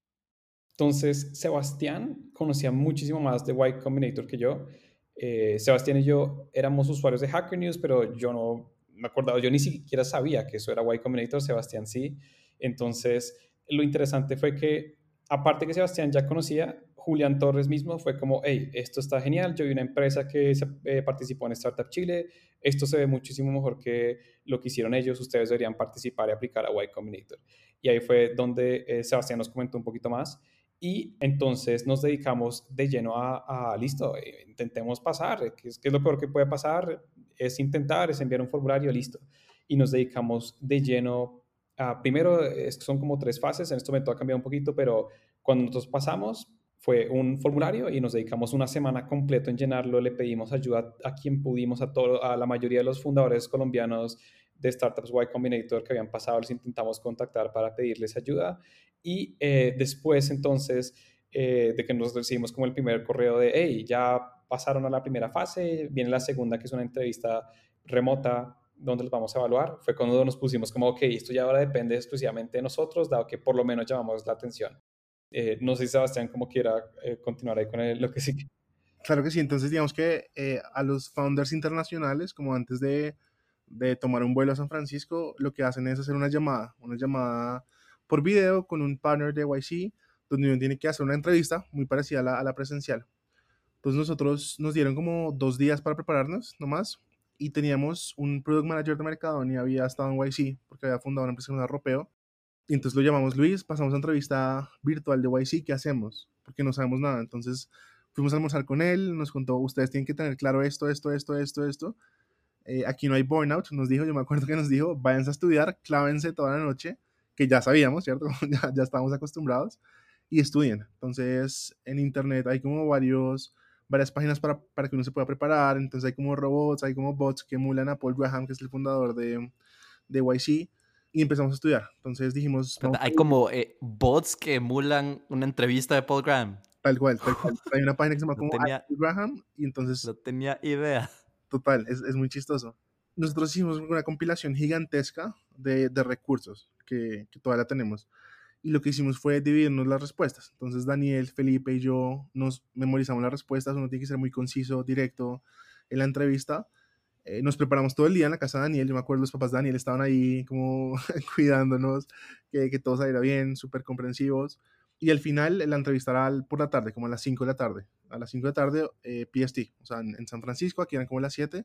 Entonces, Sebastián conocía muchísimo más de Y Combinator que yo. Eh, Sebastián y yo éramos usuarios de Hacker News, pero yo no me acordaba, yo ni siquiera sabía que eso era Y Combinator, Sebastián sí. Entonces, lo interesante fue que, aparte que Sebastián ya conocía, Julián Torres mismo fue como, hey, esto está genial, yo vi una empresa que se, eh, participó en Startup Chile, esto se ve muchísimo mejor que lo que hicieron ellos, ustedes deberían participar y aplicar a Y Combinator. Y ahí fue donde eh, Sebastián nos comentó un poquito más. Y entonces nos dedicamos de lleno a, a listo, eh, intentemos pasar, ¿qué es, qué es lo peor que puede pasar? Es intentar, es enviar un formulario, listo. Y nos dedicamos de lleno a, primero, es, son como tres fases, en este momento ha cambiado un poquito, pero cuando nosotros pasamos fue un formulario y nos dedicamos una semana completa en llenarlo, le pedimos ayuda a, a quien pudimos, a, todo, a la mayoría de los fundadores colombianos de Startups Y Combinator que habían pasado, les intentamos contactar para pedirles ayuda. Y eh, después, entonces, eh, de que nos recibimos como el primer correo de, hey, ya pasaron a la primera fase, viene la segunda, que es una entrevista remota, donde los vamos a evaluar, fue cuando nos pusimos como, ok, esto ya ahora depende exclusivamente de nosotros, dado que por lo menos llamamos la atención. Eh, no sé si Sebastián como quiera eh, continuar ahí con el, lo que sigue. Claro que sí, entonces digamos que eh, a los founders internacionales, como antes de, de tomar un vuelo a San Francisco, lo que hacen es hacer una llamada, una llamada por video con un partner de Y C, donde uno tiene que hacer una entrevista muy parecida a la, a la presencial. Entonces nosotros nos dieron como dos días para prepararnos nomás y teníamos un product manager de Mercadona, había estado en Y C porque había fundado una empresa en Ropeo. Y entonces lo llamamos Luis, pasamos a entrevista virtual de Y C, ¿qué hacemos? Porque no sabemos nada. Entonces fuimos a almorzar con él, nos contó, ustedes tienen que tener claro esto, esto, esto, esto, esto. Eh, aquí no hay burnout, nos dijo, yo me acuerdo que nos dijo, váyanse a estudiar, clávense toda la noche, que ya sabíamos, ¿cierto? ya, ya estábamos acostumbrados, y estudien. Entonces en internet hay como varios, varias páginas para, para que uno se pueda preparar, entonces hay como robots, hay como bots que emulan a Paul Graham, que es el fundador de, de Y C, y empezamos a estudiar. Entonces dijimos, vamos Hay a como eh, bots que emulan una entrevista de Paul Graham. tal cual, tal cual. Hay una página que se llama No como tenía, Paul Graham, y entonces, no tenía idea. total, es, es muy chistoso. Nosotros hicimos una compilación gigantesca de, de recursos que, que todavía la tenemos. Y lo que hicimos fue dividirnos las respuestas. Entonces Daniel, Felipe y yo nos memorizamos las respuestas. Uno tiene que ser muy conciso, directo en la entrevista. Eh, nos preparamos todo el día en la casa de Daniel. Yo me acuerdo, los papás de Daniel estaban ahí como cuidándonos, que, que todo saliera bien, súper comprensivos. Y al final la entrevista era por la tarde, como a las cinco de la tarde. A las cinco de la tarde, eh, P S T, o sea, en, en San Francisco, aquí eran como las siete.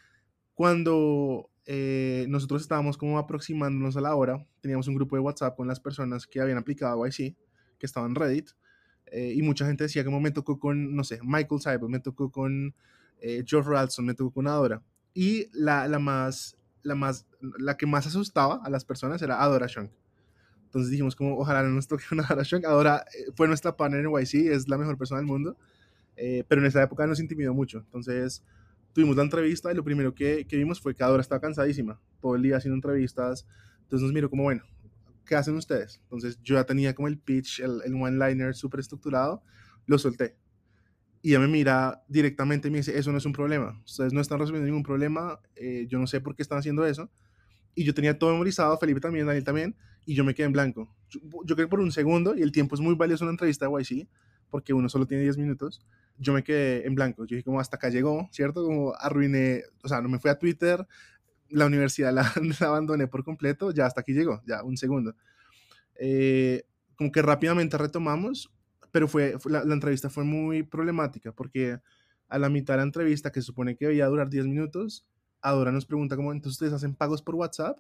Cuando eh, nosotros estábamos como aproximándonos a la hora, teníamos un grupo de WhatsApp con las personas que habían aplicado a Y C, que estaban en Reddit, eh, y mucha gente decía que me tocó con, no sé, Michael Seibel, me tocó con eh, Geoff Ralston, me tocó con Adora. Y la, la, más, la, más, la que más asustaba a las personas era Adora Shunk. Entonces dijimos como, ojalá no nos toque una Adora Shunk. Adora eh, fue nuestra partner en Y C, es la mejor persona del mundo, eh, pero en esa época nos intimidó mucho. Entonces tuvimos la entrevista y lo primero que, que vimos fue que Adora estaba cansadísima, todo el día haciendo entrevistas. Entonces nos miró como, bueno, ¿qué hacen ustedes? Entonces yo ya tenía como el pitch, el, el one-liner súper estructurado, lo solté. Y ella me mira directamente y me dice, eso no es un problema, ustedes no están resolviendo ningún problema, eh, yo no sé por qué están haciendo eso. Y yo tenía todo memorizado, Felipe también, Daniel también, y yo me quedé en blanco. Yo, yo creo que por un segundo, y el tiempo es muy valioso en una entrevista de Y C, porque uno solo tiene diez minutos, yo me quedé en blanco. Yo dije como hasta acá llegó, ¿cierto? Como arruiné, o sea, no me fui a Twitter, la universidad la, la abandoné por completo, ya hasta aquí llegó, ya un segundo. Eh, como que rápidamente retomamos, pero fue, fue la, la entrevista fue muy problemática porque A la mitad de la entrevista, que se supone que debía durar diez minutos, Adora nos pregunta como, ¿entonces ustedes hacen pagos por WhatsApp?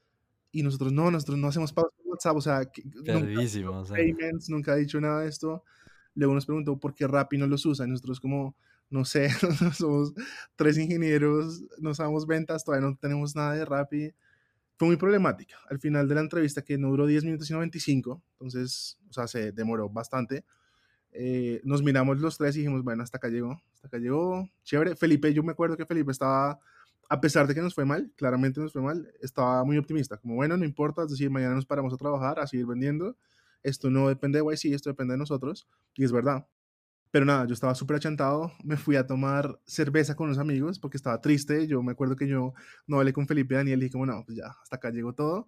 Y nosotros, no, nosotros no hacemos pagos por WhatsApp, o sea, que, nunca ha dicho Perdísimo, o sea. payments, nunca ha dicho nada de esto. Luego nos preguntó por qué Rappi no los usa, y nosotros como, no sé, somos tres ingenieros, no sabemos ventas, todavía no tenemos nada de Rappi. Fue muy problemática. Al final de la entrevista, que no duró diez minutos, sino veinticinco, entonces, o sea, se demoró bastante. Eh, nos miramos los tres y dijimos, bueno, hasta acá llegó, hasta acá llegó, chévere. Felipe, yo me acuerdo que Felipe estaba, a pesar de que nos fue mal, claramente nos fue mal, estaba muy optimista, como bueno, no importa, es decir, mañana nos paramos a trabajar, a seguir vendiendo, esto no depende de Y C, esto depende de nosotros, y es verdad. Pero nada, yo estaba súper achantado, me fui a tomar cerveza con unos amigos porque estaba triste, yo me acuerdo que yo no hablé con Felipe y Daniel y dije como no, pues ya, hasta acá llegó todo,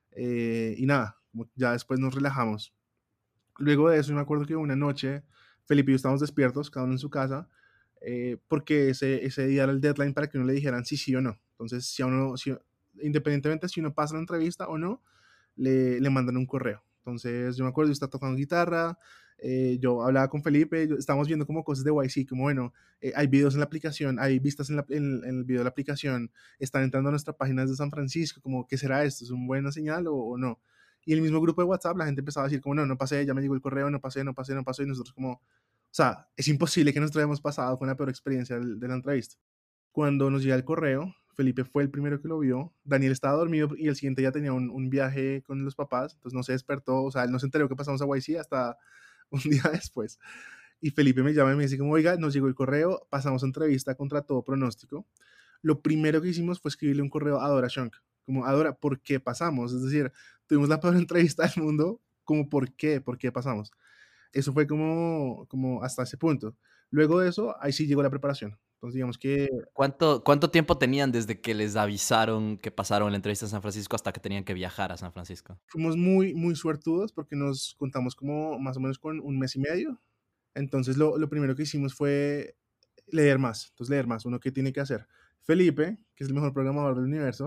eh, y nada, ya después nos relajamos. Luego de eso, yo me acuerdo que una noche Felipe y yo estábamos despiertos, cada uno en su casa, eh, porque ese, ese día era el deadline para que uno le dijeran si sí o no. Entonces, si a uno, si, independientemente si uno pasa la entrevista o no, le, le mandan un correo. Entonces, yo me acuerdo, yo estaba tocando guitarra, eh, yo hablaba con Felipe, yo, estábamos viendo como cosas de Y C, como bueno, eh, hay videos en la aplicación, hay vistas en, la, en, en, el video de la aplicación, están entrando a nuestra página desde San Francisco, como, ¿qué será esto? ¿Es una buena señal o, o no? Y el mismo grupo de WhatsApp, la gente empezaba a decir como, no, no pasé, ya me llegó el correo, no pasé, no pasé, no pasé, y nosotros como, o sea, es imposible que nosotros hayamos pasado con la peor experiencia de, de la entrevista. Cuando nos llega el correo, Felipe fue el primero que lo vio, Daniel estaba dormido y el siguiente ya tenía un, un viaje con los papás, entonces no se despertó, o sea, él no se enteró que pasamos a Y C hasta un día después. Y Felipe me llama y me dice como, oiga, nos llegó el correo, pasamos a entrevista contra todo pronóstico. Lo primero que hicimos fue escribirle un correo a Adora Shunk, como, Adora, ¿por qué pasamos? Es decir, tuvimos la peor entrevista del mundo, como, ¿por qué? ¿Por qué pasamos? Eso fue como, como hasta ese punto. Luego de eso, ahí sí llegó la preparación. Entonces, digamos que... ¿Cuánto, ¿Cuánto tiempo tenían desde que les avisaron que pasaron la entrevista en San Francisco hasta que tenían que viajar a San Francisco? Fuimos muy, muy suertudos porque nos contamos como más o menos con un mes y medio. Entonces, lo, lo primero que hicimos fue leer más. Entonces, leer más. Uno, ¿qué tiene que hacer? Felipe, que es el mejor programador del universo,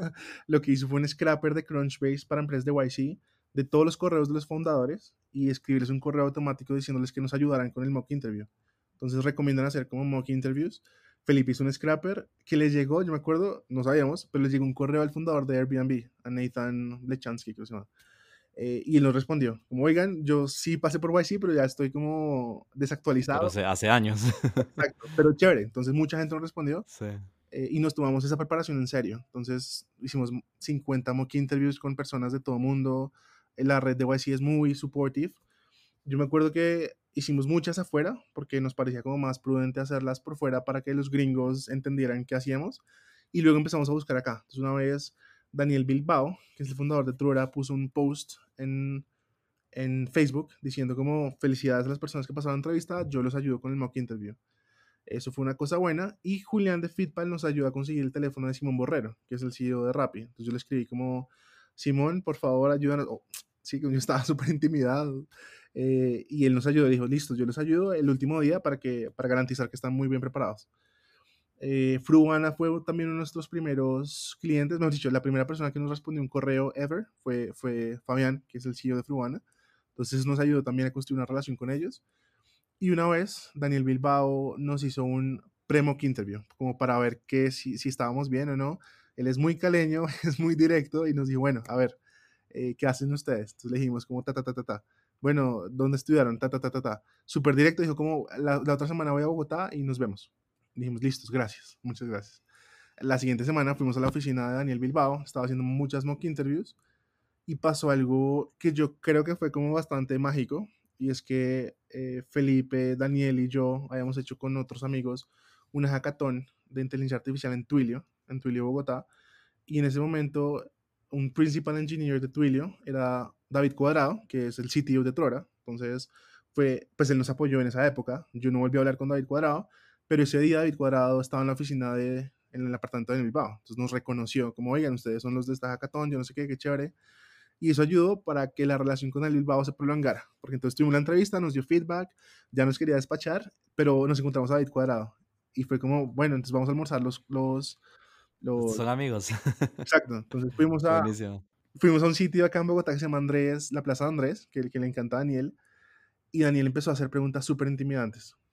lo que hizo fue un scrapper de Crunchbase para empresas de Y C, de todos los correos de los fundadores, y escribirles un correo automático diciéndoles que nos ayudaran con el mock interview. Entonces recomiendan hacer como mock interviews. Felipe hizo un scrapper que les llegó, yo me acuerdo, no sabíamos, pero les llegó un correo al fundador de Airbnb, a Nathan Lechansky, creo que se llama. Eh, y él nos respondió, como, oigan, yo sí pasé por Y C, pero ya estoy como desactualizado. Pero hace, hace años. Exacto, pero chévere. Entonces mucha gente nos respondió. Sí. Eh, y nos tomamos esa preparación en serio. Entonces hicimos cincuenta mock interviews con personas de todo el mundo. La red de Y C es muy supportive. Yo me acuerdo que hicimos muchas afuera porque nos parecía como más prudente hacerlas por fuera para que los gringos entendieran qué hacíamos. Y luego empezamos a buscar acá. Entonces una vez Daniel Bilbao, que es el fundador de Trura, puso un post en, en Facebook diciendo como felicidades a las personas que pasaron la entrevista, yo los ayudo con el mock interview. Eso fue una cosa buena. Y Julián de Fitpal nos ayuda a conseguir el teléfono de Simón Borrero, que es el C E O de Rappi. Entonces yo le escribí como, Simón, por favor, ayúdanos. Oh, sí, yo estaba súper intimidado. Eh, y él nos ayudó, dijo, listo, yo les ayudo el último día para, que, para garantizar que están muy bien preparados. Eh, Fruana fue también uno de nuestros primeros clientes, mejor dicho, la primera persona que nos respondió un correo ever fue, fue Fabián, que es el C E O de Fruana. Entonces nos ayudó también a construir una relación con ellos. Y una vez Daniel Bilbao nos hizo un pre-mock interview, como para ver que si, si estábamos bien o no. Él es muy caleño, es muy directo y nos dijo, bueno, a ver, eh, ¿qué hacen ustedes? Entonces le dijimos como ta, ta, ta, ta, ta. Bueno, ¿dónde estudiaron? Ta, ta, ta, ta, ta. Súper directo, dijo como, la, la otra semana voy a Bogotá y nos vemos. Dijimos, listos, gracias, muchas gracias. La siguiente semana fuimos a la oficina de Daniel Bilbao, estaba haciendo muchas mock interviews y pasó algo que yo creo que fue como bastante mágico, y es que eh, Felipe, Daniel y yo habíamos hecho con otros amigos una hackathon de inteligencia artificial en Twilio, en Twilio, Bogotá, y en ese momento un principal engineer de Twilio era David Cuadrado, que es el C T O de Trora. Entonces fue, pues él nos apoyó en esa época. Yo no volví a hablar con David Cuadrado, pero ese día David Cuadrado estaba en la oficina de, en el apartamento de Bilbao, entonces nos reconoció como, oigan, ustedes son los de esta hackathon, yo no sé qué, qué chévere. Y eso ayudó para que la relación con el Bilbao se prolongara, porque entonces tuvimos la entrevista, nos dio feedback, ya nos quería despachar, pero nos encontramos a David Cuadrado. Y fue como, bueno, entonces vamos a almorzar los... los, Estos los... son amigos. Exacto, entonces fuimos a, Buenísimo. fuimos a un sitio acá en Bogotá que se llama Andrés, la Plaza de Andrés, que, que le encanta a Daniel, y Daniel empezó a hacer preguntas súper intimidantes.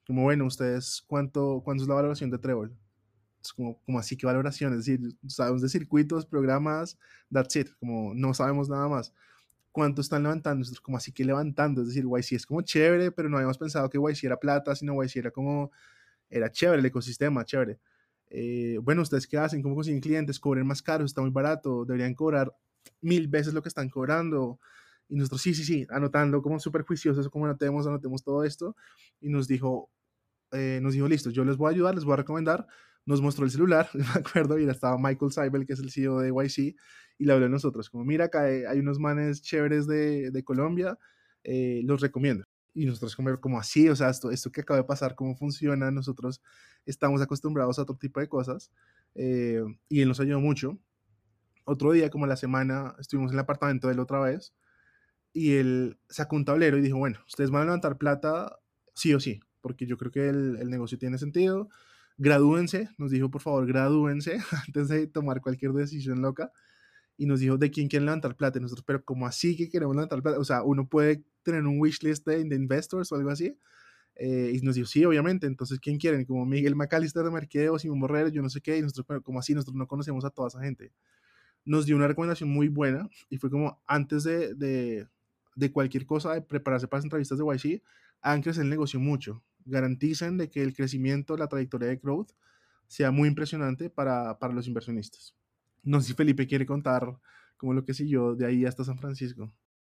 como bueno, ustedes, ¿cuánto, ¿cuánto es la valoración de Trébol? Es como, como así que valoración, es decir, sabemos de circuitos, programas, that's it, como no sabemos nada más. ¿Cuánto están levantando? Nosotros como así que levantando, es decir, Y C es como chévere, pero no habíamos pensado que Y C era plata, sino Y C era como, era chévere el ecosistema, chévere. Eh, bueno, ¿ustedes qué hacen? ¿Cómo consiguen clientes? ¿Cobren más caro? ¿Está muy barato? ¿Deberían cobrar mil veces lo que están cobrando? Y nosotros, sí, sí, sí, anotando como súper juiciosos, como anotemos, anotemos todo esto. Y nos dijo, eh, nos dijo, listo, yo les voy a ayudar, les voy a recomendar. Nos mostró el celular, me acuerdo, y estaba Michael Seibel, que es el C E O de Y C, y le habló a nosotros, como, mira, acá hay, hay unos manes chéveres de, de Colombia, eh, los recomiendo. Y nosotros como, como así, o sea, esto, esto que acaba de pasar, cómo funciona, nosotros estamos acostumbrados a otro tipo de cosas, eh, y él nos ayudó mucho. Otro día, como la semana, estuvimos en el apartamento de él otra vez, y él sacó un tablero y dijo, bueno, ustedes van a levantar plata sí o sí, porque yo creo que el, el negocio tiene sentido, gradúense, nos dijo, por favor, gradúense antes de tomar cualquier decisión loca, y nos dijo, ¿de quién quieren levantar plata? Y nosotros, pero ¿cómo así que queremos levantar plata? O sea, uno puede tener un wishlist de, de investors o algo así, eh, y nos dijo, sí, obviamente, entonces, ¿quién quieren? Como Miguel McAllister de Merqueo, Simón Borrero, yo no sé qué, y nosotros, pero ¿cómo así? Nosotros no conocemos a toda esa gente. Nos dio una recomendación muy buena, y fue como, antes de, de, de cualquier cosa, de prepararse para las entrevistas de Y C, hagan crecer el negocio mucho, garanticen de que el crecimiento, la trayectoria de growth, sea muy impresionante para, para los inversionistas. No sé si Felipe quiere contar como lo que siguió de ahí hasta San Francisco.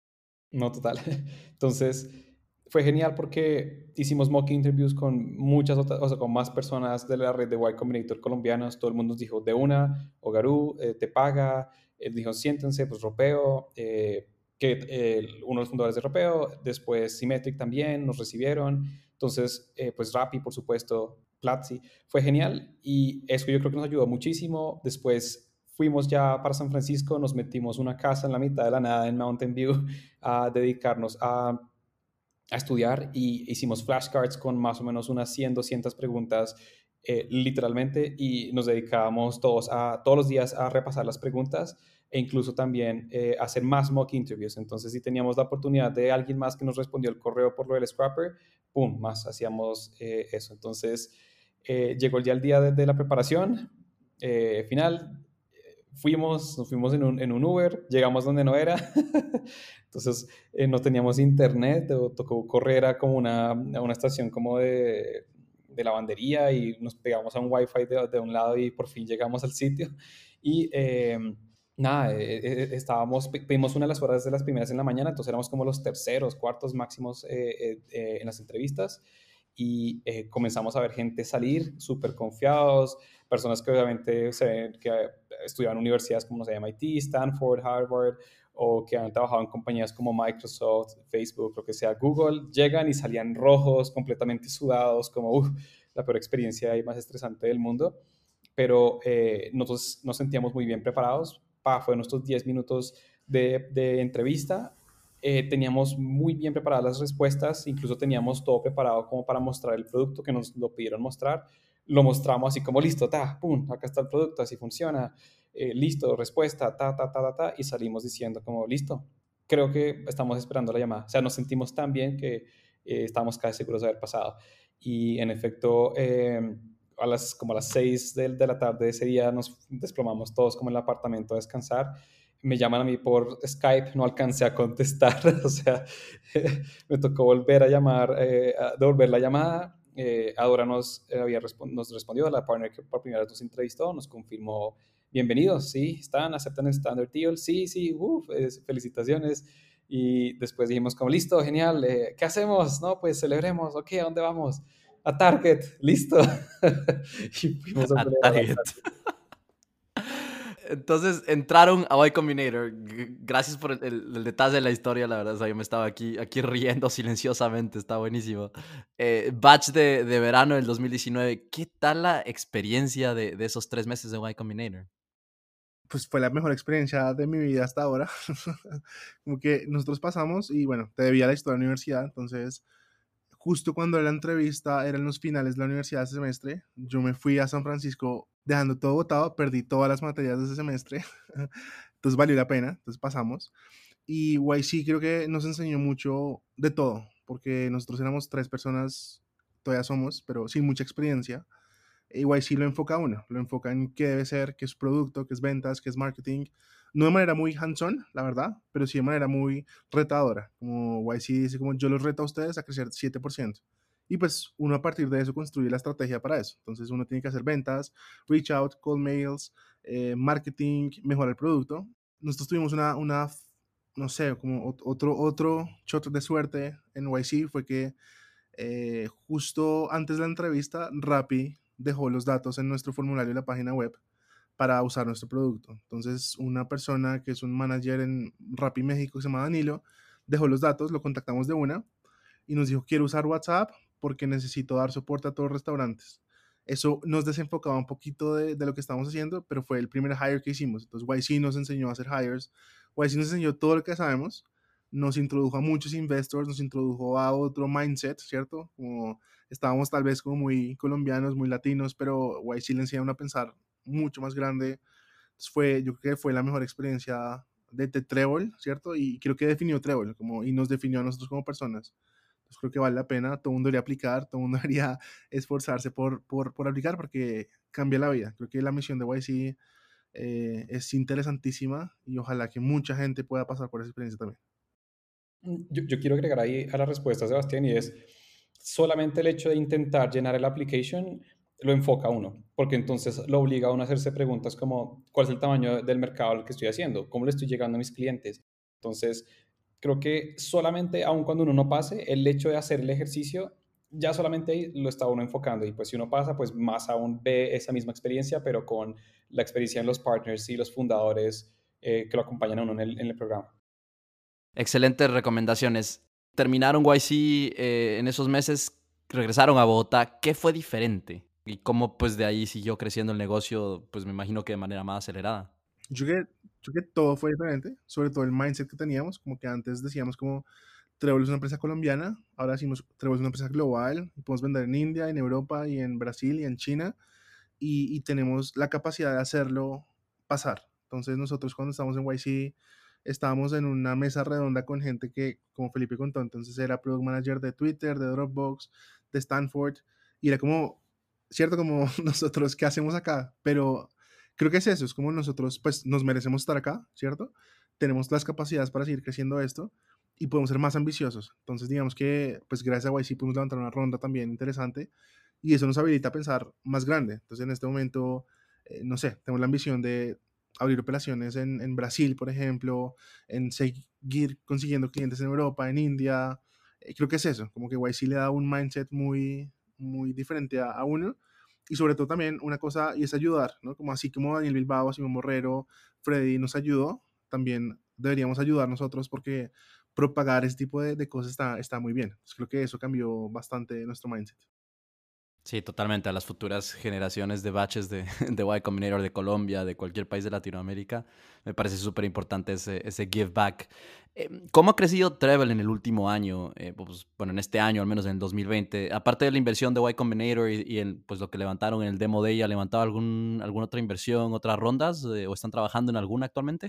No, total. Entonces, fue genial porque hicimos mock interviews con muchas otras, o sea, con más personas de la red de Y Combinator colombianas. Todo el mundo nos dijo, de una, Ogarú, eh, te paga. Eh, dijo, siéntense, pues Ropeo, eh, que eh, uno de los fundadores de Ropeo, después Symmetric también nos recibieron. Entonces, eh, pues Rappi, por supuesto, Platzi. Fue genial y eso yo creo que nos ayudó muchísimo. Después fuimos ya para San Francisco, nos metimos una casa en la mitad de la nada en Mountain View a dedicarnos a, a estudiar y hicimos flashcards con más o menos unas cien, doscientas preguntas eh, literalmente y nos dedicábamos todos, a, todos los días a repasar las preguntas e incluso también eh, hacer más mock interviews. Entonces, si teníamos la oportunidad de alguien más que nos respondió el correo por lo del Scrapper, ¡pum!, más hacíamos eh, eso. Entonces, eh, llegó el día, el día de, de la preparación eh, final. Fuimos, nos fuimos en un, en un Uber, llegamos donde no era, entonces eh, no teníamos internet, o tocó correr a como una, a una estación como de, de lavandería y nos pegamos a un wifi de, de un lado y por fin llegamos al sitio. Y eh, nada, eh, eh, estábamos, pedimos una de las horas de las primeras en la mañana, entonces éramos como los terceros, cuartos máximos eh, eh, en las entrevistas y eh, comenzamos a ver gente salir súper confiados, personas que obviamente se ven que estudiaban en universidades como, no sé, M I T, Stanford, Harvard, o que han trabajado en compañías como Microsoft, Facebook, lo que sea, Google, llegan y salían rojos, completamente sudados, como uf, la peor experiencia y más estresante del mundo. Pero eh, nosotros nos sentíamos muy bien preparados. Pa, fue nuestros diez minutos de, de entrevista. Eh, teníamos muy bien preparadas las respuestas, incluso teníamos todo preparado como para mostrar el producto que nos lo pidieron mostrar. Lo mostramos así como listo, ta, pum, acá está el producto, así funciona, eh, listo, respuesta, ta, ta, ta, ta, ta, y salimos diciendo como listo, creo que estamos esperando la llamada. O sea, nos sentimos tan bien que eh, estábamos casi seguros de haber pasado. Y en efecto, eh, a las, como a las seis de, de la tarde de ese día nos desplomamos todos como en el apartamento a descansar. Me llaman a mí por Skype, no alcancé a contestar, o sea, me tocó volver a llamar, eh, a devolver la llamada. Eh, Adora nos, eh, había respond nos respondió, la partner que por primera vez nos entrevistó, nos confirmó, bienvenidos, sí, están, aceptan el Standard Deal, sí, sí, uf, es, felicitaciones. Y después dijimos como, listo, genial, eh, ¿qué hacemos? No, pues celebremos, ok, ¿a dónde vamos? A Target, listo. Y fuimos a, A celebrar a Target. Target. Entonces entraron a Y Combinator. G- Gracias por el, el- el detalle de la historia, la verdad. O sea, yo me estaba aquí, aquí riendo silenciosamente, está buenísimo. Eh, batch de, de verano del dos mil diecinueve. ¿Qué tal la experiencia de, de esos tres meses de Y Combinator? Pues fue la mejor experiencia de mi vida hasta ahora. Como que nosotros pasamos y bueno, te debía la historia de la universidad, entonces justo cuando era la entrevista, eran los finales de la universidad de ese semestre, yo me fui a San Francisco dejando todo botado, perdí todas las materias de ese semestre, entonces valió la pena, entonces pasamos. Y Y C creo que nos enseñó mucho de todo, porque nosotros éramos tres personas todavía somos, pero sin mucha experiencia. Y Y C lo enfoca a uno, lo enfoca en qué debe ser, qué es producto, qué es ventas, qué es marketing. No de manera muy hands-on, la verdad, pero sí de manera muy retadora. Como Y C dice, como yo los reto a ustedes a crecer siete por ciento. Y pues uno a partir de eso construye la estrategia para eso. Entonces uno tiene que hacer ventas, reach out, call mails, eh, marketing, mejorar el producto. Nosotros tuvimos una, una no sé, como otro, otro shot de suerte en Y C fue que eh, justo antes de la entrevista, Rappi dejó los datos en nuestro formulario de la página web para usar nuestro producto. Entonces, una persona que es un manager en Rappi México, que se llama Danilo, dejó los datos, lo contactamos de una y nos dijo, quiero usar WhatsApp porque necesito dar soporte a todos los restaurantes. Eso nos desenfocaba un poquito de, de lo que estábamos haciendo, pero fue el primer hire que hicimos. Entonces, Y C nos enseñó a hacer hires. Y C nos enseñó todo lo que sabemos, nos introdujo a muchos investors, nos introdujo a otro mindset, ¿cierto? Como estábamos tal vez como muy colombianos, muy latinos, pero Y C le enseñaron a pensar mucho más grande. Entonces fue, yo creo que fue la mejor experiencia de, de Trébol, ¿cierto? Y creo que definió Trébol como, y nos definió a nosotros como personas. Entonces creo que vale la pena, todo el mundo debería aplicar, todo el mundo debería esforzarse por, por, por aplicar porque cambia la vida. Creo que la misión de Y C eh, es interesantísima y ojalá que mucha gente pueda pasar por esa experiencia también. Yo, yo quiero agregar ahí a la respuesta, Sebastián, y es solamente el hecho de intentar llenar el application lo enfoca a uno, porque entonces lo obliga a uno a hacerse preguntas como, ¿cuál es el tamaño del mercado al que estoy haciendo? ¿Cómo le estoy llegando a mis clientes? Entonces, creo que solamente, aun cuando uno no pase, el hecho de hacer el ejercicio, ya solamente ahí lo está uno enfocando. Y pues si uno pasa, pues más aún ve esa misma experiencia, pero con la experiencia en los partners y los fundadores eh, que lo acompañan a uno en el, en el programa. Excelentes recomendaciones. Terminaron Y C eh, en esos meses, regresaron a Bogotá. ¿Qué fue diferente? Y cómo pues de ahí siguió creciendo el negocio, pues me imagino que de manera más acelerada. Yo creo que, yo creo que todo fue diferente, sobre todo el mindset que teníamos, como que antes decíamos como Trébol es una empresa colombiana, ahora decimos Trébol es una empresa global, y podemos vender en India, en Europa y en Brasil y en China, y, y tenemos la capacidad de hacerlo pasar. Entonces nosotros cuando estamos en Y C estábamos en una mesa redonda con gente que, como Felipe contó, entonces era product manager de Twitter, de Dropbox, de Stanford, y era como, cierto, como nosotros, ¿qué hacemos acá? Pero creo que es eso, es como nosotros, pues nos merecemos estar acá, ¿cierto? Tenemos las capacidades para seguir creciendo esto y podemos ser más ambiciosos. Entonces, digamos que, pues gracias a Y C pudimos levantar una ronda también interesante y eso nos habilita a pensar más grande. Entonces, en este momento, eh, no sé, tenemos la ambición de abrir operaciones en, en Brasil, por ejemplo, en seguir consiguiendo clientes en Europa, en India. Eh, creo que es eso, como que Y C le da un mindset muy, muy diferente a, a uno. Y sobre todo también una cosa, y es ayudar, ¿no? Como así como Daniel Bilbao, Simón Borrero, Freddy nos ayudó, también deberíamos ayudar nosotros porque propagar ese tipo de, de cosas está, está muy bien. Entonces creo que eso cambió bastante nuestro mindset. Sí, totalmente. A las futuras generaciones de batches de, de Y Combinator de Colombia, de cualquier país de Latinoamérica, me parece súper importante ese, ese give back. Eh, ¿Cómo ha crecido Treble en el último año? Eh, pues, bueno, en este año, al menos en el dos mil veinte. Aparte de la inversión de Y Combinator y, y el, pues, lo que levantaron en el Demo Day, ¿ha levantado algún, alguna otra inversión, otras rondas? Eh, ¿O están trabajando en alguna actualmente?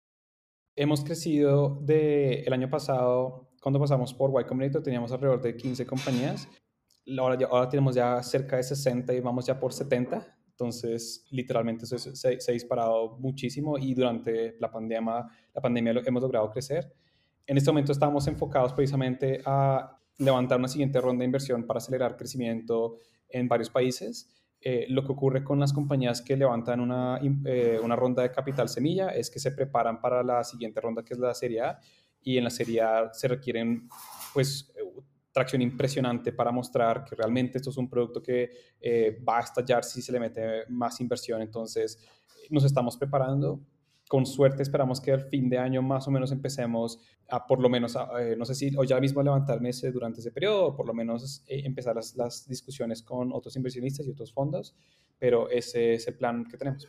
Hemos crecido de el año pasado, cuando pasamos por Y Combinator, teníamos alrededor de quince compañías. Ahora, ya, ahora tenemos ya cerca de sesenta y vamos ya por setenta. Entonces, literalmente eso se, se, se ha disparado muchísimo y durante la pandemia, la pandemia lo, hemos logrado crecer. En este momento estamos enfocados precisamente a levantar una siguiente ronda de inversión para acelerar crecimiento en varios países. Eh, lo que ocurre con las compañías que levantan una, eh, una ronda de capital semilla es que se preparan para la siguiente ronda, que es la Serie A, y en la Serie A se requieren, pues, tracción impresionante para mostrar que realmente esto es un producto que eh, va a estallar si se le mete más inversión. Entonces, nos estamos preparando. Con suerte esperamos que al fin de año más o menos empecemos a por lo menos, a, eh, no sé si o ya mismo levantarme ese, durante ese periodo, o por lo menos eh, empezar las, las discusiones con otros inversionistas y otros fondos, pero ese es el plan que tenemos.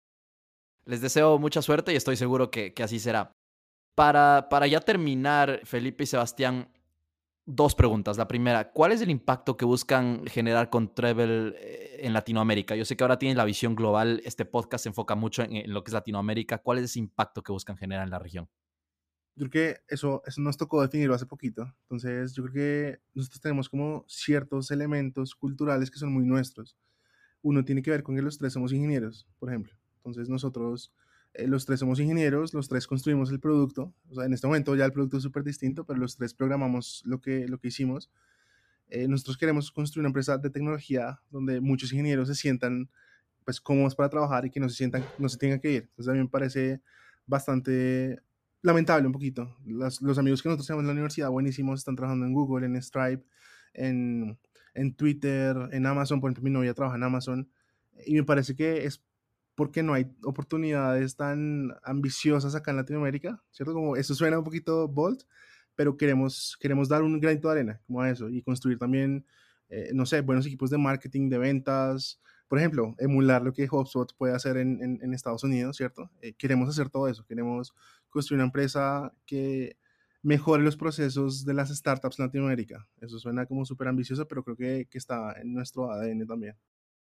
Les deseo mucha suerte y estoy seguro que, que así será. Para, para ya terminar, Felipe y Sebastián, dos preguntas. La primera, ¿cuál es el impacto que buscan generar con Treble eh, en Latinoamérica? Yo sé que ahora tienen la visión global, este podcast se enfoca mucho en, en lo que es Latinoamérica. ¿Cuál es ese impacto que buscan generar en la región? Yo creo que eso, eso nos tocó definirlo hace poquito. Entonces, yo creo que nosotros tenemos como ciertos elementos culturales que son muy nuestros. Uno tiene que ver con que los tres somos ingenieros, por ejemplo. Entonces, nosotros, eh, los tres somos ingenieros, los tres construimos el producto. O sea, en este momento ya el producto es súper distinto, pero los tres programamos lo que, lo que hicimos. Eh, nosotros queremos construir una empresa de tecnología donde muchos ingenieros se sientan pues cómodos para trabajar y que no se sientan, no se tengan que ir. Entonces a mí me parece bastante lamentable un poquito. Las, los amigos que nosotros tenemos en la universidad buenísimos están trabajando en Google, en Stripe, en, en Twitter, en Amazon. Por ejemplo, mi novia trabaja en Amazon y me parece que es porque no hay oportunidades tan ambiciosas acá en Latinoamérica, ¿cierto? Como eso suena un poquito bold, pero queremos, queremos dar un granito de arena como a eso y construir también, eh, no sé, buenos equipos de marketing, de ventas, por ejemplo, emular lo que HubSpot puede hacer en, en, en Estados Unidos, ¿cierto? Eh, queremos hacer todo eso, queremos construir una empresa que mejore los procesos de las startups en Latinoamérica. Eso suena como súper ambicioso, pero creo que, que está en nuestro A D N también.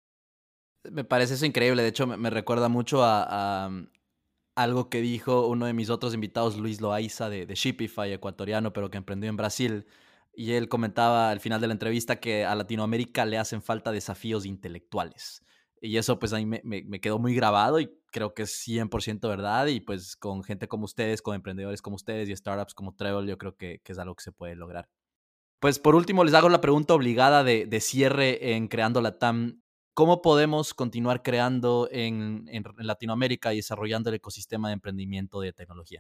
Me parece eso increíble. De hecho, me, me recuerda mucho a, a algo que dijo uno de mis otros invitados, Luis Loaiza, de, de Shipify, ecuatoriano, pero que emprendió en Brasil. Y él comentaba al final de la entrevista que a Latinoamérica le hacen falta desafíos intelectuales. Y eso pues a mí me, me, me quedó muy grabado y creo que es cien por ciento verdad. Y pues con gente como ustedes, con emprendedores como ustedes y startups como Treble, yo creo que, que es algo que se puede lograr. Pues por último les hago la pregunta obligada de, de cierre en Creando Latam. ¿Cómo podemos continuar creando en, en, en Latinoamérica y desarrollando el ecosistema de emprendimiento de tecnología?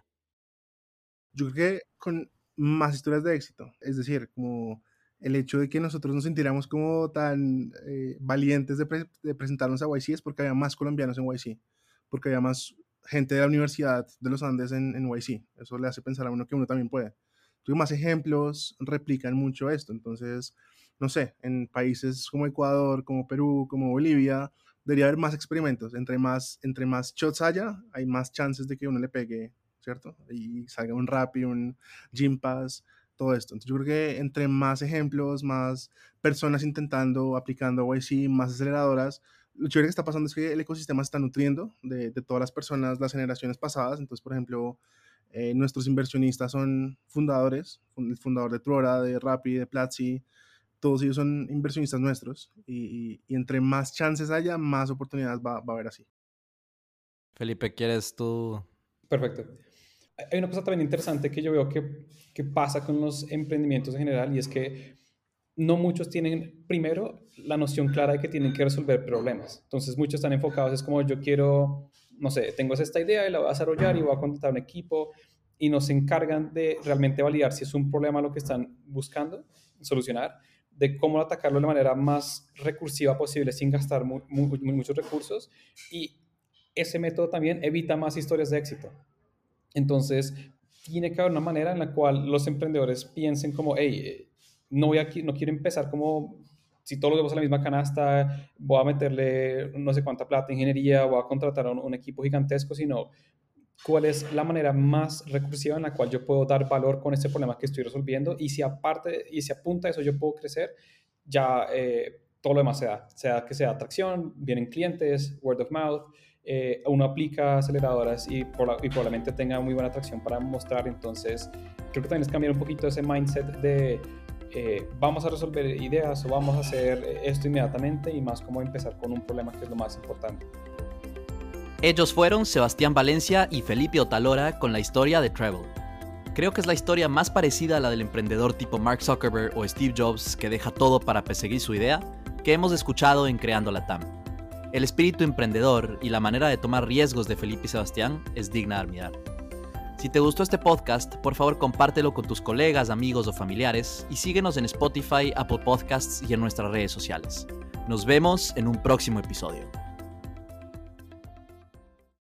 Yo creo que con más historias de éxito, es decir, como el hecho de que nosotros nos sintiéramos como tan eh, valientes de, pre de presentarnos a Y C es porque había más colombianos en Y C, porque había más gente de la Universidad de los Andes en, en Y C. Eso le hace pensar a uno que uno también puede. Entonces, más ejemplos replican mucho esto. Entonces, no sé, en países como Ecuador, como Perú, como Bolivia, debería haber más experimentos. Entre más, entre más shots haya, hay más chances de que uno le pegue, ¿cierto? Y salga un Rappi, un Gympass, todo esto. Entonces yo creo que entre más ejemplos, más personas intentando, aplicando Y C, más aceleradoras, lo chévere que está pasando es que el ecosistema se está nutriendo de, de todas las personas, las generaciones pasadas. Entonces, por ejemplo, eh, nuestros inversionistas son fundadores, el fundador de Truora, de Rappi, de Platzi, todos ellos son inversionistas nuestros y, y, y entre más chances haya, más oportunidades va, va a haber así. Felipe, ¿quieres tú? Perfecto. Hay una cosa también interesante que yo veo que, que pasa con los emprendimientos en general y es que no muchos tienen, primero, la noción clara de que tienen que resolver problemas. Entonces, muchos están enfocados, es como yo quiero, no sé, tengo esta idea y la voy a desarrollar y voy a contratar un equipo y no se encargan de realmente validar si es un problema lo que están buscando solucionar, de cómo atacarlo de la manera más recursiva posible sin gastar mu mu muchos recursos, y ese método también evita más historias de éxito. Entonces, tiene que haber una manera en la cual los emprendedores piensen como, hey, no, voy aquí, no quiero empezar como si todos los vemos a la misma canasta, voy a meterle no sé cuánta plata en ingeniería, voy a contratar a un, un equipo gigantesco, sino cuál es la manera más recursiva en la cual yo puedo dar valor con este problema que estoy resolviendo, y si aparte, y si apunta a eso yo puedo crecer, ya eh, todo lo demás se da, sea que sea atracción, vienen clientes, word of mouth, eh, uno aplica aceleradoras y, por la, y probablemente tenga muy buena atracción para mostrar. Entonces creo que también es cambiar un poquito ese mindset de eh, vamos a resolver ideas o vamos a hacer esto inmediatamente, y más como empezar con un problema, que es lo más importante. Ellos fueron Sebastián Valencia y Felipe Otalora con la historia de Treble. Creo que es la historia más parecida a la del emprendedor tipo Mark Zuckerberg o Steve Jobs que deja todo para perseguir su idea que hemos escuchado en Creando Latam. El espíritu emprendedor y la manera de tomar riesgos de Felipe y Sebastián es digna de admirar. Si te gustó este podcast, por favor compártelo con tus colegas, amigos o familiares y síguenos en Spotify, Apple Podcasts y en nuestras redes sociales. Nos vemos en un próximo episodio.